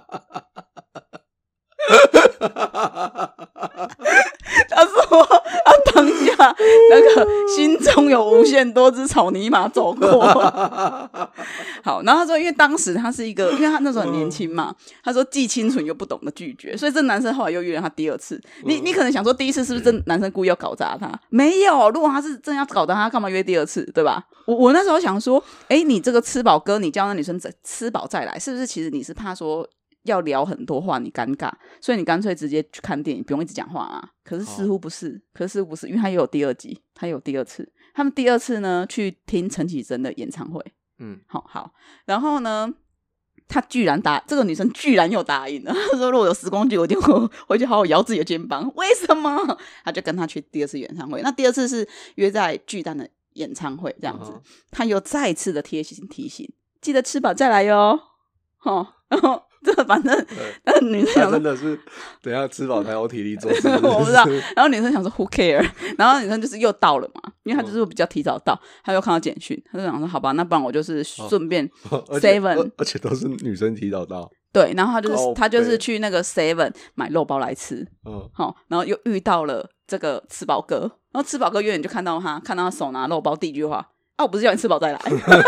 他说他当下那个心中有无限多只草泥马走过。好，然后他说因为当时他是一个因为他那时候很年轻嘛，他说既清纯又不懂得拒绝，所以这男生后来又约了他第二次。你你可能想说第一次是不是这男生故意要搞砸他？没有，如果他是真要搞砸他干嘛约第二次，对吧？我我那时候想说诶你这个吃饱哥你叫那女生吃饱再来，是不是其实你是怕说要聊很多话你尴尬，所以你干脆直接去看电影不用一直讲话啊。可是似乎不是、哦、可是似乎不是，因为他也有第二集，他有第二次，他们第二次呢去听陈绮贞的演唱会。嗯，好好，然后呢他居然答这个女生居然又答应了。他说如果有时光机我一定会回去好好摇自己的肩膀。为什么？他就跟他去第二次演唱会，那第二次是约在巨蛋的演唱会这样子、哦、他又再次的贴心提醒记得吃饱再来哟。哦，然后这反正但是女生想说真的是等一下吃饱才有体力做事。 我不知道。然后女生想说 who care， 然后女生就是又到了嘛，因为她就是比较提早到，她又看到简讯，她就想说好吧那不然我就是顺便 seven、 哦、而, 而且都是女生提早到。 对，然后她就是她就是去那个 seven 买肉包来吃。嗯，好，然后又遇到了这个吃饱哥，然后吃饱哥远远就看到他看到他手拿肉包，第一句话啊我不是叫你吃饱再来。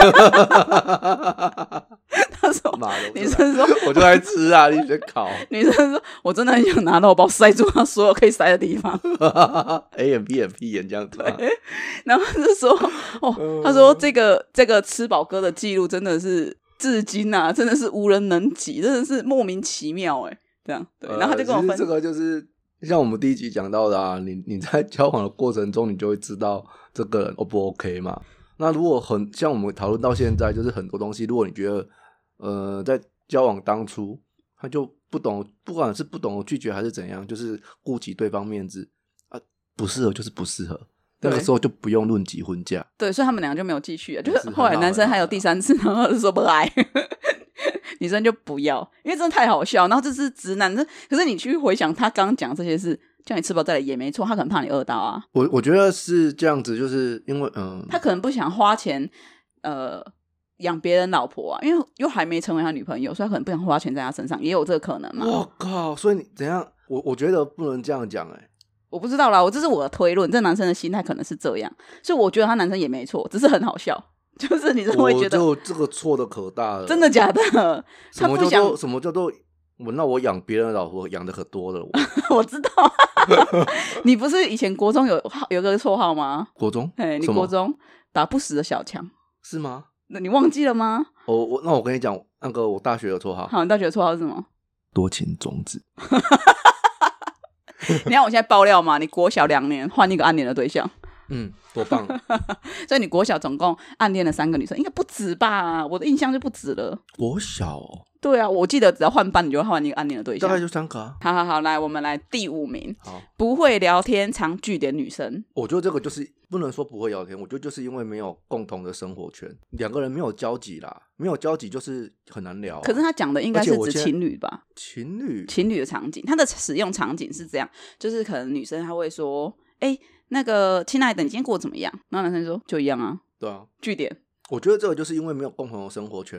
他说女生说我就在吃啊，你别烤。女生说我真的很想拿肉包塞住他所有可以塞的地方。 A M B M P 演这样子。 然后就说哦，他说这个这个吃饱哥的记录真的是至今啊真的是无人能及，真的是莫名其妙哎，这样对。然后他就跟我分、 呃、这个就是像我们第一集讲到的啊，你你在交往的过程中你就会知道这个人 O 不 OK 嘛。那如果很像我们讨论到现在，就是很多东西如果你觉得呃在交往当初他就不懂，不管是不懂得拒绝还是怎样，就是顾及对方面子啊，不适合就是不适合，那个时候就不用论及婚嫁。 对，所以他们两个就没有继续了，就是后来男生还有第三次，然后就说不来。女生就不要，因为真的太好笑。然后这是直男，可是你去回想他刚刚讲这些事，叫你吃饱再来也没错，他可能怕你饿到啊。 我我觉得是这样子，就是因为嗯， 他可能不想花钱呃养别人老婆啊，因为又还没成为他女朋友，所以他可能不想花钱在他身上，也有这个可能嘛。 我靠！所以你怎样？我我觉得不能这样讲哎、欸。 我不知道啦，我这是我的推论，这男生的心态可能是这样，所以我觉得他男生也没错，只是很好笑。就是你是会觉得我就这个错的可大了。 真的假的？ 什么叫做什么叫做我那我养别人的老婆养的可多了。 我, 我知道。你不是以前国中有有个绰号吗？ 国中？ 嘿，你国中打不死的小强是吗？ 那你忘记了吗？ 我我那我跟你讲，那个我大学的绰号。 好，你大学的绰号是什么？ 多情种子。 你看我现在爆料嘛，你国小两年换一个暗恋的对象。 嗯，多棒！ 所以你国小总共暗恋了三个女生，应该不止吧？我的印象就不止了。 国小哦？ 对啊，我记得只要换班，你就会换一个暗恋的对象， 大概就三个啊。 好好好，来，我们来第五名。 好， 不会聊天，常句点女生。 我觉得这个就是不能说不会聊天，我觉得就是因为没有共同的生活圈，两个人没有交集啦，没有交集就是很难聊、啊。 可是他讲的应该是指情侣吧？ 情侣， 情侣的场景，他的使用场景是这样，就是可能女生她会说，哎、欸。那个亲爱的你今天过得怎么样？然后男生说就一样啊。 对啊， 句点。 我觉得这个就是因为没有共同的生活圈啊，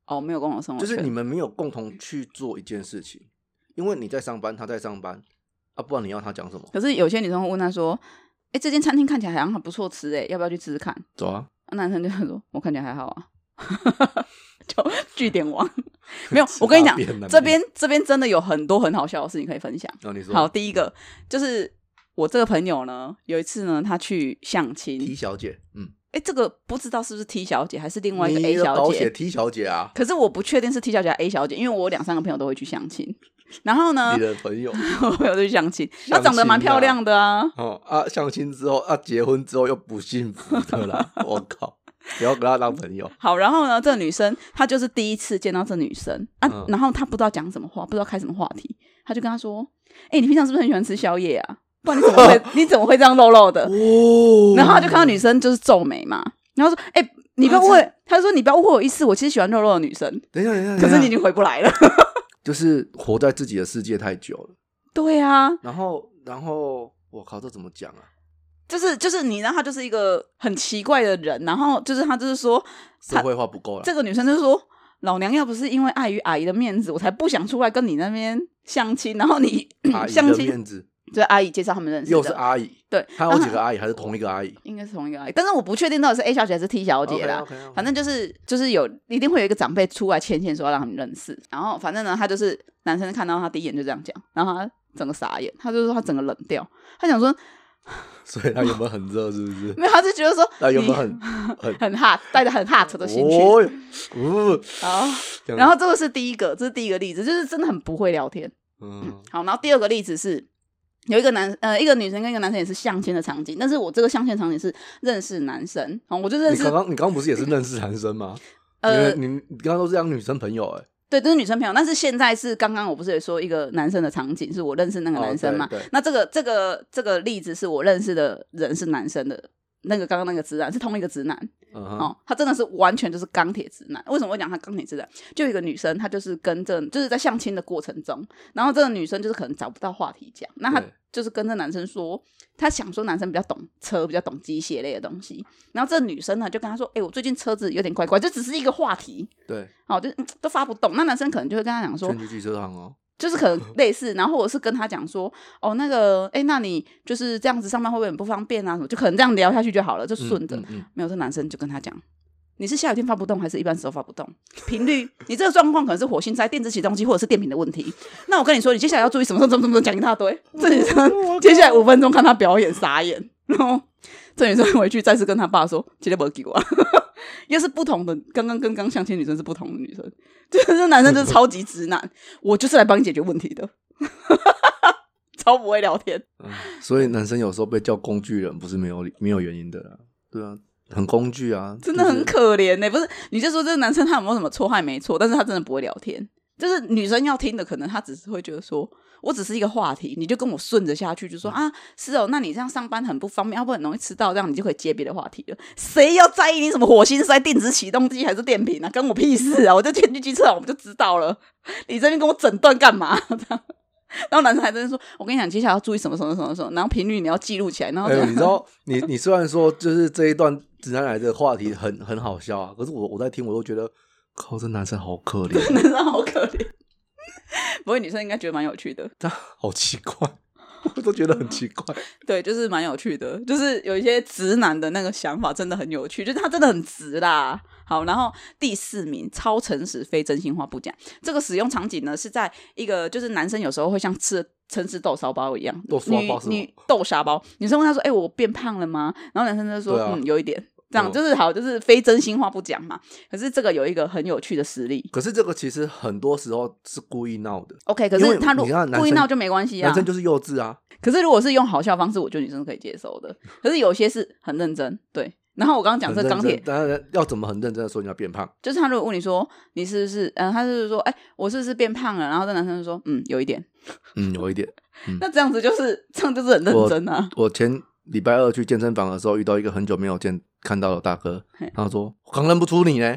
哦，没有共同生活圈， 就是你们没有共同去做一件事情，因为你在上班，他在上班啊，不然你要他讲什么？ 可是有些女生会问他说：“哎、欸，这间餐厅看起来好像很不错吃，哎，要不要去吃吃看？” 走啊！ 啊男生就会说：“我看起来还好啊。”就句点王没有，我跟你讲，这边这边真的有很多很好笑的事情可以分享。 哦，你说好，第一个就是我这个朋友呢，有一次呢，他去相亲 ，T 小姐，嗯， 哎，这个不知道是不是 T 小姐还是另外一个 A 小姐？ 保险 T 小姐啊， 可是我不确定是 T 小姐还是 A 小姐，因为我有两三个朋友都会去相亲。然后呢， 你的朋友， 我朋友都去相亲，她长得蛮漂亮的啊。 哦啊，相亲之后啊，结婚之后又不幸福的啦，我靠！不要跟她当朋友。 好，然后呢，这个女生她就是第一次见到这女生啊， 嗯、 然后她不知道讲什么话，不知道开什么话题，她就跟她说：“哎、欸，你平常是不是很喜欢吃宵夜啊？不然你怎么会你怎么会这样肉肉的？”哦、然后她就看到女生就是皱眉嘛，然后说：“哎、欸，你不要误会。”她就说：“你不要误会我意思，我其实喜欢肉肉的女生。” 等一下，等一下， 可是你已经回不来了。 就是活在自己的世界太久了。 对啊， 然后，然后，我靠，这怎么讲啊？ 就是就是你让他就是一个很奇怪的人，然后就是他就是说社会化不够了。 这个女生就说：“老娘要不是因为碍于阿姨的面子，我才不想出来跟你那边相亲。然后你阿姨相亲的面子， 就是阿姨介绍他们认识的， 又是阿姨， 对， 她有几个阿姨还是同一个阿姨？ 应该是同一个阿姨，但是我不确定到底是 A 小姐还是 T 小姐啦。 Okay, okay, okay. 反正就是就是有一定会有一个长辈出来牵线说要让他们认识，然后反正呢，他就是男生看到他第一眼就这样讲，然后他整个傻眼，他就说他整个冷掉，他想说。 所以他有没有很热？是不是？ 没有，他就觉得说他有没有很很很 hot， 带着很 hot 的心情。 哦，哦好，然后这个是第一个，这是第一个例子，就是真的很不会聊天。嗯，好，然后第二个例子是有一个男呃一个女生跟一个男生也是相亲的场景，但是我这个相亲场景是认识男生，哦，我就认识。 你刚刚你刚刚不是也是认识男生吗？呃，你你刚刚都是讲女生朋友哎、欸。 对，这是女生朋友，但是现在是刚刚我不是也说一个男生的场景，是我认识那个男生嘛？ 哦、对对， 那这个这个这个例子是我认识的人是男生的，那个刚刚那个直男是同一个直男、uh huh. 哦，他真的是完全就是钢铁直男。为什么会讲他钢铁直男？就有一个女生，她就是跟这就是在相亲的过程中，然后这个女生就是可能找不到话题讲，那她就是跟这男生说，她想说男生比较懂车，比较懂机械类的东西，然后这女生呢就跟他说：“哎、欸，我最近车子有点怪怪，这只是一个话题。” 对， 哦，就、嗯、都发不动。那男生可能就会跟他讲说：“ 全局汽车行哦。” 就是可能类似，然后或者是跟他讲说，哦，那个，哎，那你就是这样子上班会不会很不方便啊？什么，就可能这样聊下去就好了，就顺着。嗯嗯嗯、没有，这男生就跟他讲，你是下雨天发不动，还是一般时候发不动？频率，你这个状况可能是火星塞、电子启动机或者是电瓶的问题。那我跟你说，你接下来要注意什么什么什么，讲一大堆。这女生接下来五分钟看他表演傻眼，然后这女生回去再次跟他爸说，今天没给我。又是不同的，刚刚跟刚相亲女生是不同的女生，就是男生就是超级直男，我就是来帮你解决问题的，超不会聊天、 嗯。所以男生有时候被叫工具人，不是没有没有原因的啦，对啊，很工具啊， 真的很可怜呢、欸。不是，你就说这个男生他有没有什么错，他也没错，但是他真的不会聊天。就是女生要听的，可能她只是会觉得说，我只是一个话题，你就跟我顺着下去，就说、嗯、啊，是哦，那你这样上班很不方便，要不然很容易迟到，这样你就可以接别的话题了。谁要在意你什么火星塞、电子启动机还是电瓶啊？跟我屁事啊！我就前去机车，我们就知道了。你这边跟我诊断干嘛？这样，然后男生还在说，我跟你讲，接下来要注意什么什么什么什么，然后频率你要记录起来。然后、 欸、你知道，你你虽然说就是这一段直男癌的话题很很好笑啊，可是我我在听，我都觉得。靠，这男生好可怜， 男生好可怜。不过女生应该觉得蛮有趣的， 但好奇怪，我都觉得很奇怪。 对，就是蛮有趣的，就是有一些直男的那个想法真的很有趣，就是他真的很直啦。好，然后第四名，超诚实，非真心话不讲。这个使用场景呢是在一个，就是男生有时候会像吃诚实豆沙包一样， 豆沙包是什么？ 女豆沙包。女生问他说：“哎、欸，我变胖了吗？”然后男生就说：“啊、嗯，有一点。”这样就是好，就是非真心话不讲嘛。可是这个有一个很有趣的实例。 可是这个其实很多时候是故意闹的。 OK， 可是他如果故意闹就没关系啊。 男生就是幼稚啊。 可是如果是用好笑方式，我觉得女生是可以接受的。可是有些是很认真，对。然后我刚刚讲这钢铁， 当然要怎么很认真的说你要变胖？ 就是他如果问你说你是不是，嗯、呃，他就是说，哎、欸，我是不是变胖了？然后这男生就说，嗯，有一点， 嗯，有一点。嗯、 那这样子就是这样就是很认真啊。 我, 我前礼拜二去健身房的时候，遇到一个很久没有见看到的大哥，他说：“我刚认不出你呢，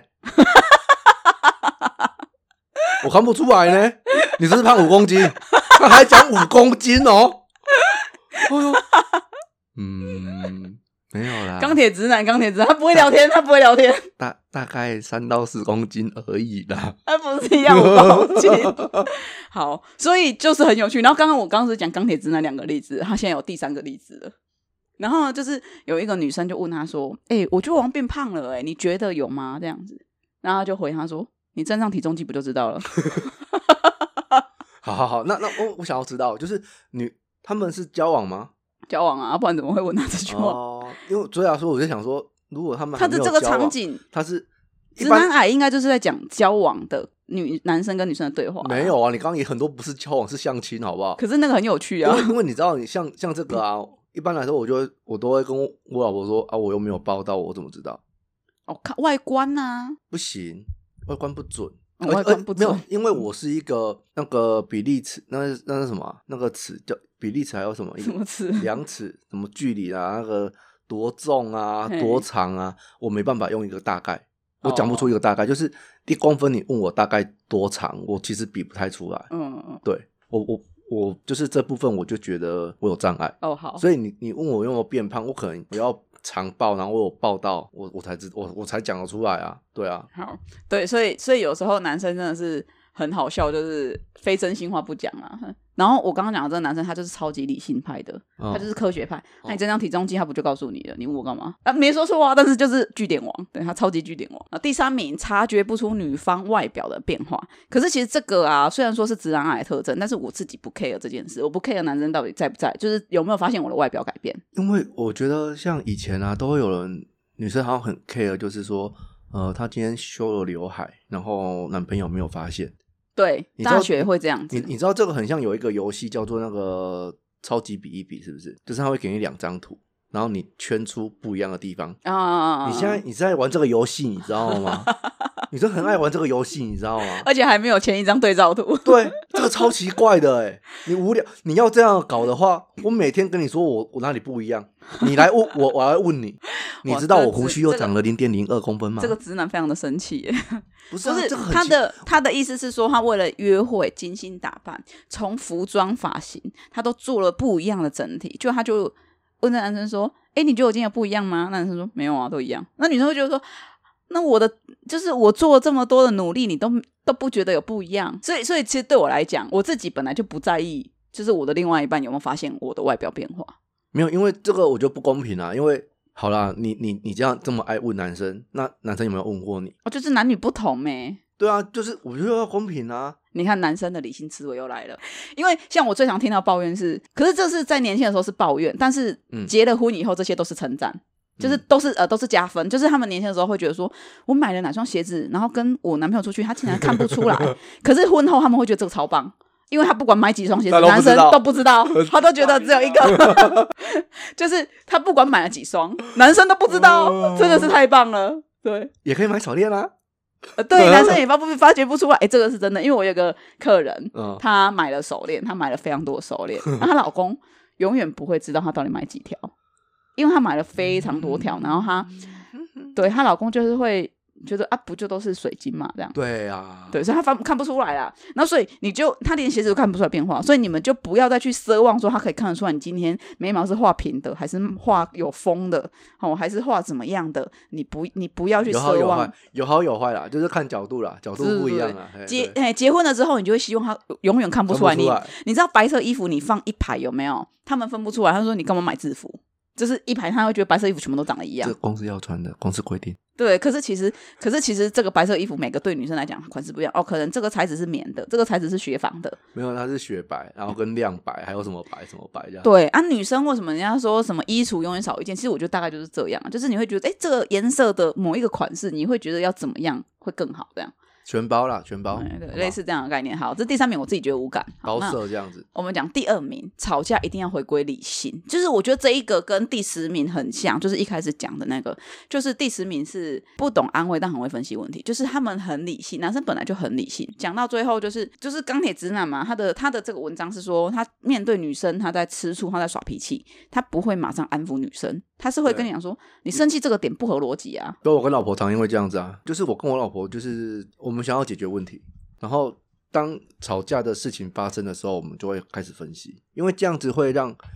我看不出来呢，你是不是胖五公斤？”他还讲五公斤哦。哎呦，嗯， 没有啦， 钢铁直男，钢铁直男，他不会聊天，他不会聊天， 大大概三到四公斤而已啦。 他不是一样五公斤。好，所以就是很有趣。然后刚刚我刚刚是讲钢铁直男两个例子，他现在有第三个例子了。然后呢，就是有一个女生就问他说：“哎、欸，我觉得我好像变胖了、欸，哎，你觉得有吗？”这样子，然后他就回他说：“你站上体重机不就知道了。” 好好好，那那我我想要知道，就是女他们是交往吗？ 交往啊，不然怎么会问他这句话？ 哦，因为主要说我就想说，如果他们他的这个场景， 他是直男癌应该就是在讲交往的女男生跟女生的对话、啊。 没有啊，你刚刚也很多不是交往是相亲，好不好？ 可是那个很有趣啊， 因为因为你知道，你像像这个啊，一般来说，我就会我都会跟我老婆说啊，我又没有报到，我怎么知道？ 哦，看外观啊， 不行，外观不准。 哦、外观不准， 没有，因为我是一个那个比例尺，那那是什么、啊？那个尺叫比例尺，还有什么？ 什么尺？ 量尺，什么距离啊？那个多重啊，多长啊？我没办法用一个大概，我讲不出一个大概。哦、就是一公分，你问我大概多长，我其实比不太出来。嗯嗯，对我我我就是这部分，我就觉得我有障碍。 哦，好， 所以你你问我有没有变胖，我可能我要常报，然后我有报到，我我才知我我才讲得出来啊，对啊， 好，对，所以所以有时候男生真的是很好笑，就是非真心话不讲啊。然后我刚刚讲的这个男生，他就是超级理性派的，哦、他就是科学派。那、哦、你这张体重计，他不就告诉你了？你问我干嘛？啊，没说错啊，但是就是据点王，对他超级据点王。啊，第三名，察觉不出女方外表的变化。可是其实这个啊，虽然说是直男癌特征，但是我自己不 care 这件事，我不 care 男生到底在不在，就是有没有发现我的外表改变。 因为我觉得像以前啊，都会有人女生好像很 care， 就是说，呃，她今天修了刘海，然后男朋友没有发现。 对，大学会这样子。 你你知道这个很像有一个游戏叫做那个超级比一比，是不是？就是他会给你两张图，然后你圈出不一样的地方。啊、oh, 你现在你现在玩这个游戏，你知道吗？女生很爱玩这个游戏，你知道吗？ 而且还没有前一张对照图。 对，这个超奇怪的哎！你无聊，你要这样搞的话，我每天跟你说我我哪里不一样，你来问我，我来问你，你知道我胡须又长了零点零二公分吗？ 这个直男非常的生气耶。 不是、啊， 不是这个很他的他的意思是说，他为了约会精心打扮，从服装、发型，他都做了不一样的整体。就他就问那男生说：“哎、欸，你觉得我今天有不一样吗？”那男生说：“没有啊，都一样。”那女生会觉得说：“那我的就是我做了这么多的努力，你都都不觉得有不一样。”所以，所以其实对我来讲，我自己本来就不在意，就是我的另外一半有没有发现我的外表变化。 没有，因为这个我觉得不公平啊，因为。好啦，你你你这样这么爱问男生，那男生有没有问过你？ 哦，就是男女不同咩。 对啊，就是我觉得要公平啊。 你看男生的理性思维又来了，因为像我最常听到抱怨是，可是这是在年轻的时候是抱怨，但是结了婚以后，这些都是称赞。嗯，就是都是呃都是加分，就是他们年轻的时候会觉得说，我买了哪双鞋子，然后跟我男朋友出去，他竟然看不出来。可是婚后他们会觉得这个超棒。因为他不管买几双鞋子，男生都不知道，他都觉得只有一个，就是他不管买了几双，男生都不知道，真的是太棒了。对， 也可以买手链啊。 呃，对，男生也发不发觉不出来，哎、欸，这个是真的。因为我有个客人，嗯、他买了手链，他买了非常多的手链，那她老公永远不会知道他到底买几条，因为他买了非常多条，然后他对她老公就是会。觉得啊，不就都是水晶嘛，这样对啊， 对，所以他看看不出来啦。然后所以你就他连鞋子都看不出来变化，所以你们就不要再去奢望说他可以看得出来你今天眉毛是画平的，还是画有丰的，哦，还是画怎么样的？你不你不要去奢望， 有好有坏，有好有坏啦，就是看角度啦，角度不一样啦。 结哎结婚了之后，你就会希望他永远看不出来。你你知道白色衣服你放一排有没有？他们分不出来。他说你干嘛买制服？就是一排，他会觉得白色衣服全部都长得一样。 这公司要穿的，公司规定。 对，可是其实，可是其实这个白色衣服每个对女生来讲款式不一样哦。可能这个材质是棉的，这个材质是雪纺的。 没有，它是雪白，然后跟亮白，还有什么白什么白这样。 对啊，女生为什么人家说什么衣橱永远少一件？其实我觉得大概就是这样，就是你会觉得，哎，这个颜色的某一个款式，你会觉得要怎么样会更好这样。 全包啦，全包， 对对，类似这样的概念。好，这第三名我自己觉得无感， 包色这样子。 我们讲第二名，吵架一定要回归理性，就是我觉得这一个跟第十名很像，就是一开始讲的那个，就是第十名是不懂安慰但很会分析问题，就是他们很理性，男生本来就很理性。讲到最后就是就是钢铁直男嘛，他的他的这个文章是说，他面对女生，他在吃醋，他在耍脾气，他不会马上安抚女生，他是会跟你讲说，你生气这个点不合逻辑啊。 对，我跟老婆常因为这样子啊，就是我跟我老婆就是我们想要解决问题。然后当吵架的事情发生的时候，我们就会开始分析，因为这样子会让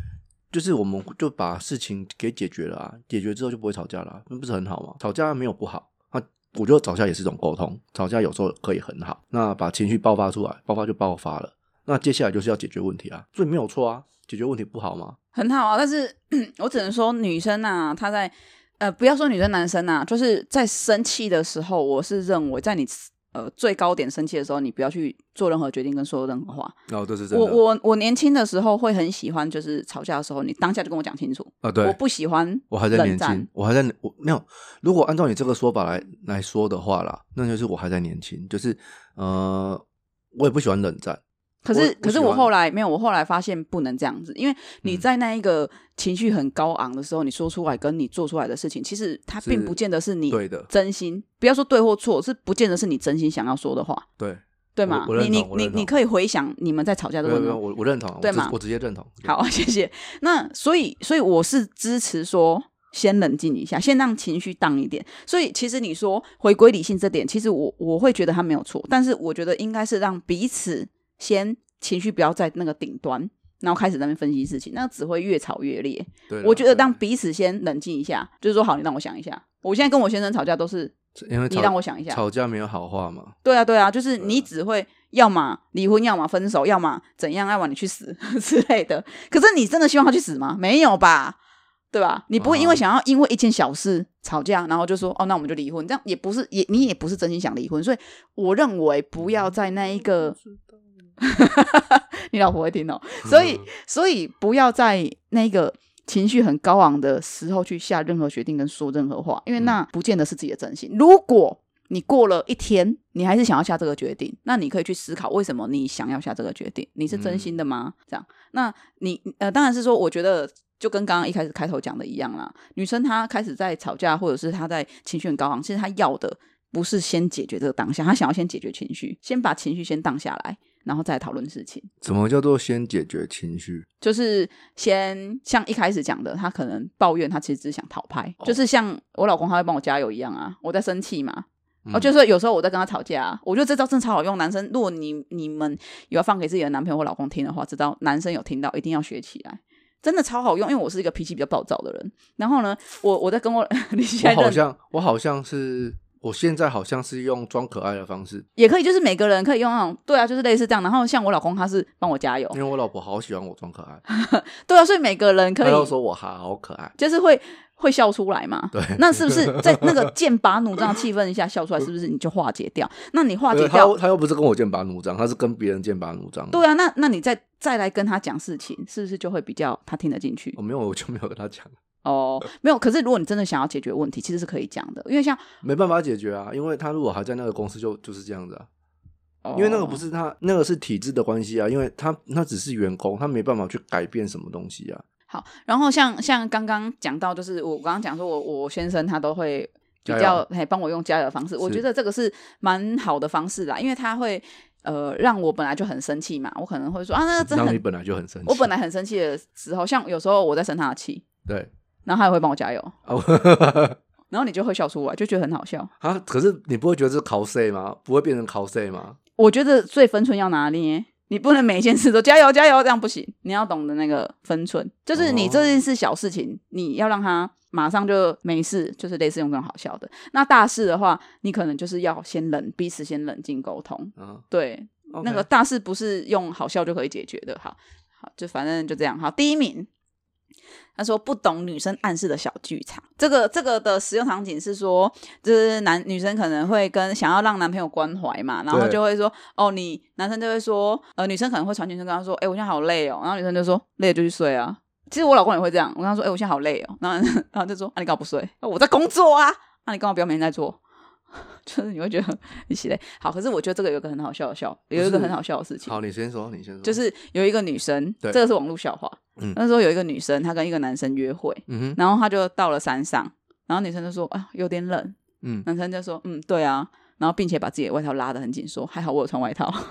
就是我们就把事情给解决了啊，解决之后就不会吵架了、啊，那不是很好吗？吵架没有不好，那我觉得吵架也是一种沟通，吵架有时候可以很好，那把情绪爆发出来，爆发就爆发了，那接下来就是要解决问题啊，所以没有错啊，解决问题不好吗？ 很好啊，但是我只能说女生啊，她在呃，不要说女生男生啊，就是在生气的时候，我是认为在你呃最高点生气的时候，你不要去做任何决定跟说任何话。 哦，这是真的。 我我我年轻的时候会很喜欢，就是吵架的时候，你当下就跟我讲清楚啊。对， 我不喜欢。 我还在年轻，我还在我没有。如果按照你这个说法来来说的话啦，那就是我还在年轻，就是呃，我也不喜欢冷战。 可是可是我后来没有，我后来发现不能这样子，因为你在那一个情绪很高昂的时候，嗯、你说出来跟你做出来的事情，其实它并不见得是你真心，不要说对或错，是不见得是你真心想要说的话。 对。 对吗？你你你你可以回想你们在吵架的过程中， 我我认同， 对吗？ 我直接认同。 好，谢谢。那所以所以我是支持说，先冷静一下，先让情绪荡一点。所以其实你说回归理性这点，其实我我会觉得他没有错，但是我觉得应该是让彼此先情绪不要在那个顶端，然后开始在那边分析事情，那只会越吵越烈。我觉得让彼此先冷静一下，就是说好，你让我想一下。我现在跟我先生吵架都是。 因为你让我想一下， 吵架没有好话嘛？ 对啊，对啊，就是你只会要么离婚，要么分手，要么怎样，要么你去死之类的。可是你真的希望他去死吗？没有吧，对吧？你不会因为想要因为一件小事吵架，然后就说哦，那我们就离婚，这样也不是也你也不是真心想离婚。所以我认为不要在那一个，你老婆会听哦，所以所以不要在那个。情绪很高昂的时候去下任何决定跟说任何话，因为那不见得是自己的真心。如果你过了一天你还是想要下这个决定，那你可以去思考为什么你想要下这个决定，你是真心的吗？这样，那你呃当然是说我觉得就跟刚刚一开始开头讲的一样啦，女生她开始在吵架或者是她在情绪很高昂，其实她要的不是先解决这个当下，她想要先解决情绪，先把情绪先荡下来，然后再讨论事情。 什么叫做先解决情绪？ 就是先像一开始讲的，他可能抱怨，他其实只是想讨拍、哦、就是像我老公他会帮我加油一样啊，我在生气嘛、嗯哦、就是有时候我在跟他吵架、啊、我觉得这招真的超好用。男生如果你你们有要放给自己的男朋友或老公听的话，知道男生有听到一定要学起来，真的超好用。因为我是一个脾气比较暴躁的人，然后呢我我在跟我你现在我好像我好像是我现在好像是用装可爱的方式， 也可以，就是每个人可以用那种，对啊，就是类似这样。然后像我老公他是帮我加油， 因为我老婆好喜欢我装可爱对啊，所以每个人可以， 他要说我好可爱， 就是会会笑出来嘛。对，那是不是在那个剑拔弩张的气氛下笑出来，是不是你就化解掉？那你化解掉， 他他又不是跟我剑拔弩张，他是跟别人剑拔弩张。 对啊，那那你再再来跟他讲事情，是不是就会比较他听得进去？ 我、哦、没有，我就没有跟他讲。 哦，没有。可是如果你真的想要解决问题，其实是可以讲的，因为像没办法解决啊，因为他如果还在那个公司就就是这样子啊。哦、因为那个不是他，那个是体制的关系啊，因为他他只是员工，他没办法去改变什么东西啊。 好，然后像像刚刚讲到，就是我刚刚讲说我我先生他都会比较嘿帮我用加油的方式，我觉得这个是蛮好的方式啦，因为他会呃让我本来就很生气嘛，我可能会说啊，那真的让你本来就很生气， 我本来很生气的时候，像有时候我在生他的气， 对。 然后他也会帮我加油，然后你就会笑出来，就觉得很好笑啊。可是你不会觉得是 cos 吗？不会变成 cos 吗？ 我觉得最分寸要拿捏，你不能每一件事都加油加油，这样不行。你要懂得那个分寸，就是你这件事小事情，哦、你要让他马上就没事，就是类似用这种好笑的。那大事的话，你可能就是要先冷，彼此先冷静沟通。嗯，对， okay. 那个大事不是用好笑就可以解决的。好，好，就反正就这样。好，第一名。他说不懂女生暗示的小剧场，这个这个的使用场景是说，就是男女生可能会跟想要让男朋友关怀嘛，然后就会说哦，你男生就会说，呃，女生可能会传简讯跟他说，哎、欸，我现在好累哦，然后女生就说累了就去睡啊。其实我老公也会这样，我跟他说，哎、欸，我现在好累哦，然后然后就说，啊，你干嘛不睡？我在工作啊，那、啊、你干嘛不要每天在做？就是你会觉得你洗累。好，可是我觉得这个有一个很好笑的笑，有一个很好笑的事情。 好，你先说，你先说。 就是有一个女生，这个是网络笑话。嗯，那时候有一个女生，她跟一个男生约会，嗯、然后她就到了山上，然后女生就说：“啊，有点冷。”嗯，男生就说：“嗯，对啊。”然后并且把自己的外套拉得很紧，说：“还好我有穿外套。”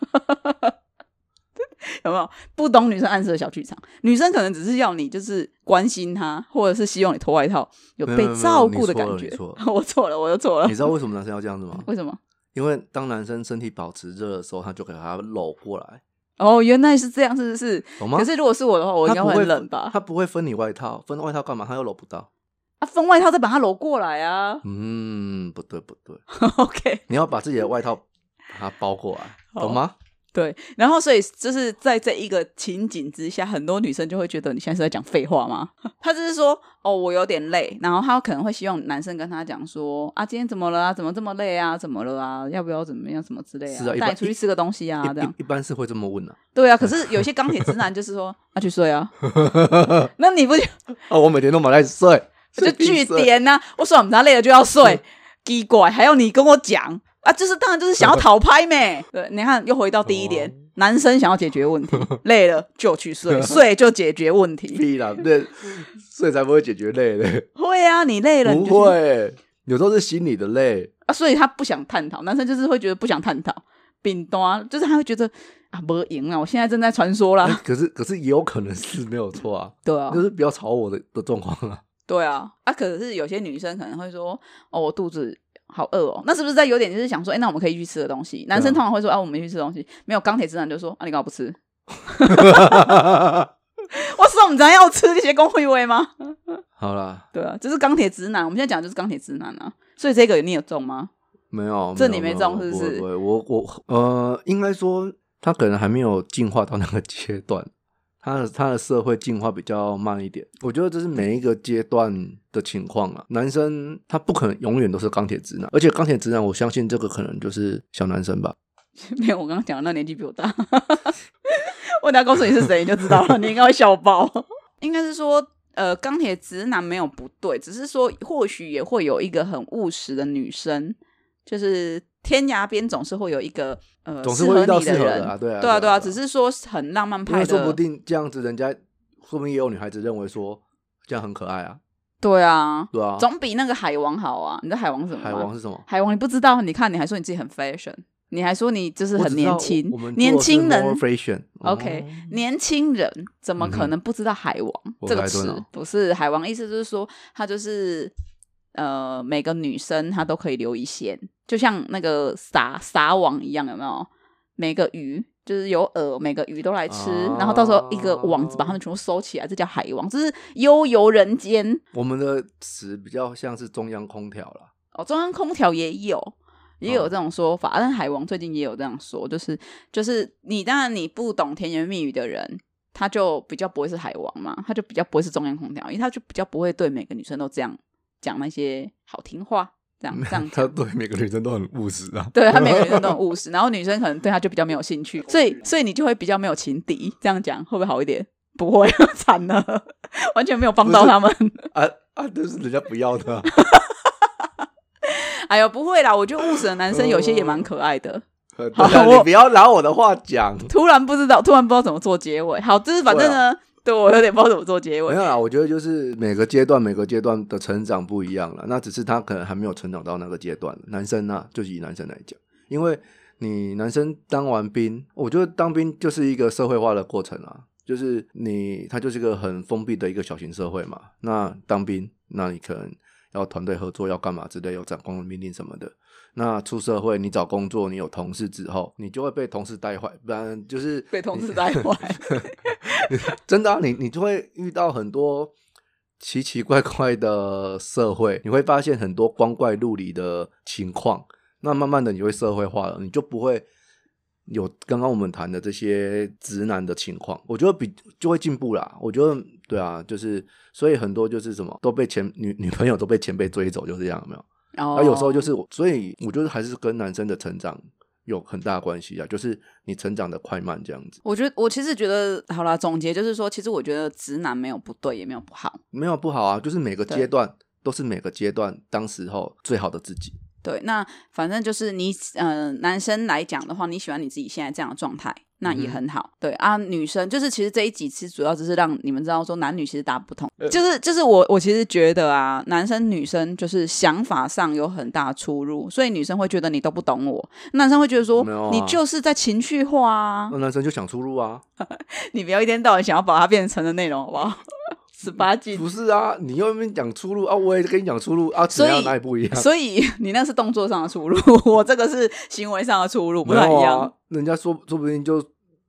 有没有不懂女生暗示的小剧场？女生可能只是要你就是关心她，或者是希望你脱外套，有被照顾的感觉。我错了，我又错了。 你知道为什么男生要这样子吗？ 为什么？ 因为当男生身体保持热的时候，他就给他搂过来， 哦，原来是这样，是不是？ 懂吗？ 可是如果是我的话，我应该会很冷吧？ 他不会分你外套，分外套干嘛？他又搂不到啊，分外套再把它搂过来啊。 嗯，不对不对 OK， 你要把自己的外套把它包过来，懂吗？ 对，然后所以就是在这一个情景之下，很多女生就会觉得你现在是在讲废话吗？她就是说哦我有点累，然后她可能会希望男生跟她讲说啊今天怎么了啊，怎么这么累啊，怎么了啊，要不要怎么样什么之类啊， 是啊， 带你出去吃个东西啊，这样一, 一, 一般是会这么问啊。 对啊，可是有些钢铁直男就是说啊去睡啊那你不就哦，我每天都蛮在睡就据点啊，我说我们他累了就要睡奇怪还要你跟我讲啊，就是当然就是想要讨拍咩对，你看又回到第一点、哦、男生想要解决问题累了就去睡睡就解决问题屁啦，对，睡才不会解决累的会啊，你累了不会，有时候是心理的累啊，所以他不想探讨，男生就是会觉得不想探讨饼端，就是他会觉得啊没赢啊，我现在正在传说啦、 欸、可是可是也有可能是没有错啊对啊， 就是不要吵我的的状况啊对啊啊，可是有些女生可能会说哦我肚子好饿哦，那是不是在有点就是想说哎、欸，那我们可以去吃的东西，男生通常会说啊我们去吃的东西，没有钢铁直男就说啊你干嘛不吃我说我们咱要吃这些公会位吗好啦， 对啊，这是钢铁直男，我们现在讲的就是钢铁直男啊，所以这个你有中吗？ 没有， 这你没中是不是？ 不会，我我呃，应该说他可能还没有进化到那个阶段，他的他的社会进化比较慢一点。我觉得这是每一个阶段的情况啊。男生他不可能永远都是钢铁直男，而且钢铁直男，我相信这个可能就是小男生吧。 没有，我刚刚讲的那年纪比我大。我等下告诉你是谁，你就知道了，你应该会笑爆。应该是说。呃，钢铁直男没有不对，只是说或许也会有一个很务实的女生，就是天涯边总是会有一个呃总是会遇到适合的人的啊，对啊， 对啊，对啊，只是说很浪漫派的， 因为说不定这样子，人家说不定也有女孩子认为说这样很可爱啊。 对啊， 对啊， 总比那个海王好啊。你知道海王是什么吗？ 海王是什么？ 海王你不知道？你看你还说你自己很 fashion。你还说你就是很年轻，年轻人 OK、哦、年轻人怎么可能不知道海王、嗯、这个词？不是海王，意思就是说他就是呃每个女生她都可以留一线，就像那个撒撒网一样，有没有？每个鱼就是有饵，每个鱼都来吃、啊、然后到时候一个网子把它们全部收起来，这叫海王，这是悠游人间。 我们的词比较像是中央空调啦。 哦，中央空调也有也有这种说法、哦、但海王最近也有这样说，就是就是你当然你不懂甜言蜜语的人，他就比较不会是海王嘛，他就比较不会是中央空调，因为他就比较不会对每个女生都这样讲那些好听话，这样这样他对每个女生都很务实啊， 对他每个女生都很务实，然后女生可能对他就比较没有兴趣，所以所以你就会比较没有情敌，这样讲会不会好一点？不会，惨了，完全没有帮到他们啊啊，这是人家不要的、啊哎呦，不会啦！我觉得务实的男生有些也蛮可爱的。 呃、好，你不要拿我的话讲。 突然不知道，突然不知道怎么做结尾。好，就是反正呢，对, 对我有点不知道怎么做结尾。 没有啦，我觉得就是每个阶段每个阶段的成长不一样了，那只是他可能还没有成长到那个阶段。男生啊，就是以男生来讲，因为你男生当完兵，我觉得当兵就是一个社会化的过程啊，就是你他就是一个很封闭的一个小型社会嘛。那当兵，那你可能要团队合作，要干嘛之类，有长官的命令什么的。那出社会，你找工作，你有同事之后，你就会被同事带坏，不然就是被同事带坏。 真的啊，你你就会遇到很多奇奇怪怪的社会，你会发现很多光怪陆离的情况。那慢慢的你会社会化了，你就不会有刚刚我们谈的这些直男的情况，我觉得比就会进步啦。我觉得对啊，就是所以很多就是什么都被前女女朋友都被前辈追走，就是这样，有没有？ 哦， 而有时候就是所以我觉得还是跟男生的成长有很大的关系啊，就是你成长的快慢这样子。 我觉得我其实觉得好啦，总结就是说，其实我觉得直男没有不对，也没有不好， 没有不好啊，就是每个阶段都是每个阶段当时候最好的自己。 对，那反正就是你呃，男生来讲的话，你喜欢你自己现在这样的状态，那也很好。嗯、对啊，女生就是其实这一集其实主要就是让你们知道说男女其实大不同，呃、就是就是我我其实觉得啊，男生女生就是想法上有很大出入，所以女生会觉得你都不懂我，男生会觉得说、啊、你就是在情绪化啊， 那男生就想出入啊， 你不要一天到晚想要把它变成的内容好不好？十八禁不是啊，你又跟讲出入啊，我也跟你讲出入啊，怎样哪里不一样？ 所以你那是动作上的出入，我这个是行为上的出入，不太一样。 啊、人家说说不定就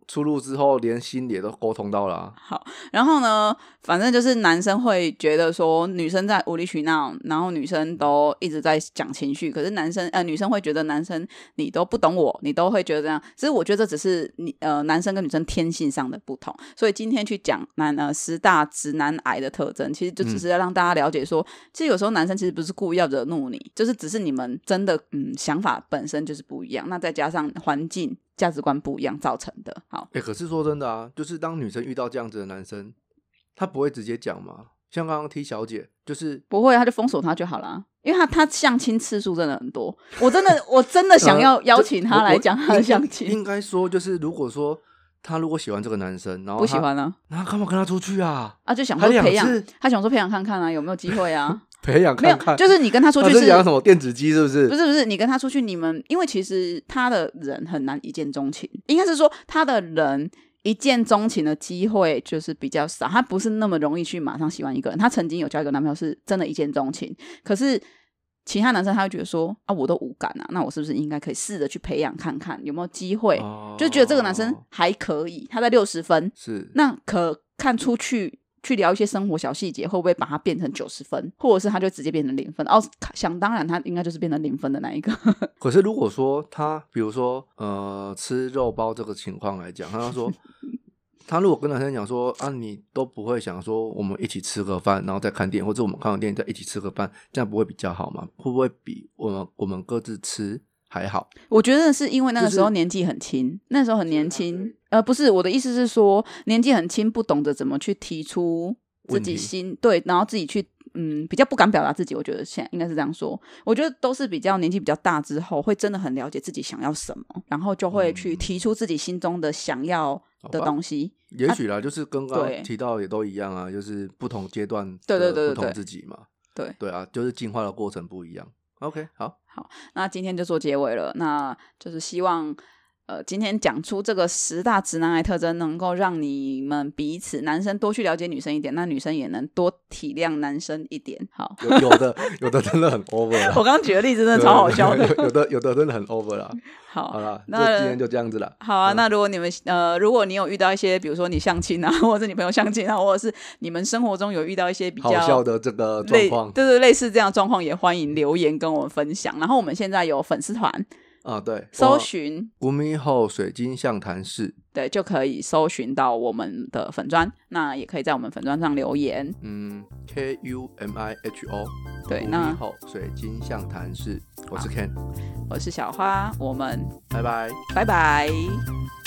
出入之后，连心也都沟通到了、啊。 好，然后呢，反正就是男生会觉得说女生在无理取闹，然后女生都一直在讲情绪，可是男生呃女生会觉得男生你都不懂我，你都会觉得这样。其实我觉得这只是你呃男生跟女生天性上的不同，所以今天去讲男呃十大直男癌的特征，其实就只是要让大家了解说，嗯、其实有时候男生其实不是故意要惹怒你，就是只是你们真的嗯想法本身就是不一样，那再加上环境。价值观不一样造成的。好， 哎、欸，可是说真的啊，就是当女生遇到这样子的男生，她不会直接讲吗？像刚刚 T 小姐，就是不会，她就封锁他就好了，因为她她相亲次数真的很多。我真的我真的想要邀请她来讲她的相亲。 应该说，就是如果说她如果喜欢这个男生，然后不喜欢呢， 那干嘛跟他出去啊？ 啊，就想说培养，他想说培养看看啊，有没有机会啊？ 培养看看， 没有，就是你跟他出去是讲什么电子机是不是？ 不是不是，你跟他出去，你们因为其实他的人很难一见钟情，应该是说他的人一见钟情的机会就是比较少，他不是那么容易去马上喜欢一个人。他曾经有交一个男朋友是真的一见钟情，可是其他男生他会觉得说啊，我都无感啊，那我是不是应该可以试着去培养看看有没有机会？哦、就觉得这个男生还可以，他在六十分， 是那可看出去。去聊一些生活小细节，会不会把它变成九十分，或者是他就直接变成零分？哦，想当然，他应该就是变成零分的那一个。 可是如果说他，比如说呃，吃肉包这个情况来讲，他说他如果跟男生讲说啊，你都不会想说我们一起吃个饭，然后再看电影，或者我们看完电影再一起吃个饭，这样不会比较好吗？会不会比我们我们各自吃还好？ 我觉得是因为那个时候年纪很轻，就是、那时候很年轻。呃，不是，我的意思是说，年纪很轻，不懂得怎么去提出自己心对，然后自己去嗯，比较不敢表达自己。我觉得现在应该是这样说。我觉得都是比较年纪比较大之后，会真的很了解自己想要什么，然后就会去提出自己心中的想要的东西。 也许啦、啊，就是跟刚刚提到也都一样啊，就是不同阶段对对对不同自己嘛。 对对啊，就是进化的过程不一样。OK， 好， 好，那今天就做结尾了。那就是希望。呃，今天讲出这个十大直男癌特征，能够让你们彼此男生多去了解女生一点，那女生也能多体谅男生一点。好， 有有的有的真的很 over 啦。 我刚刚举的例子真的超好笑的。 有的有的真的很 over 啦。 好， 好啦，那今天就这样子啦。 好啊，嗯、那如果你们呃，如果你有遇到一些，比如说你相亲啊，或者是你朋友相亲啊，或者是你们生活中有遇到一些比较好笑的这个状况， 对对，类似这样的状况，也欢迎留言跟我们分享。然后我们现在有粉丝团。 啊，对， 搜寻无名后水晶象谈室， 对，就可以搜寻到我们的粉专，那也可以在我们粉专上留言。 嗯 ，K U M I H O， 对，那无名后水晶象谈室，我是 Ken， 我是小花，我们拜拜， 拜拜。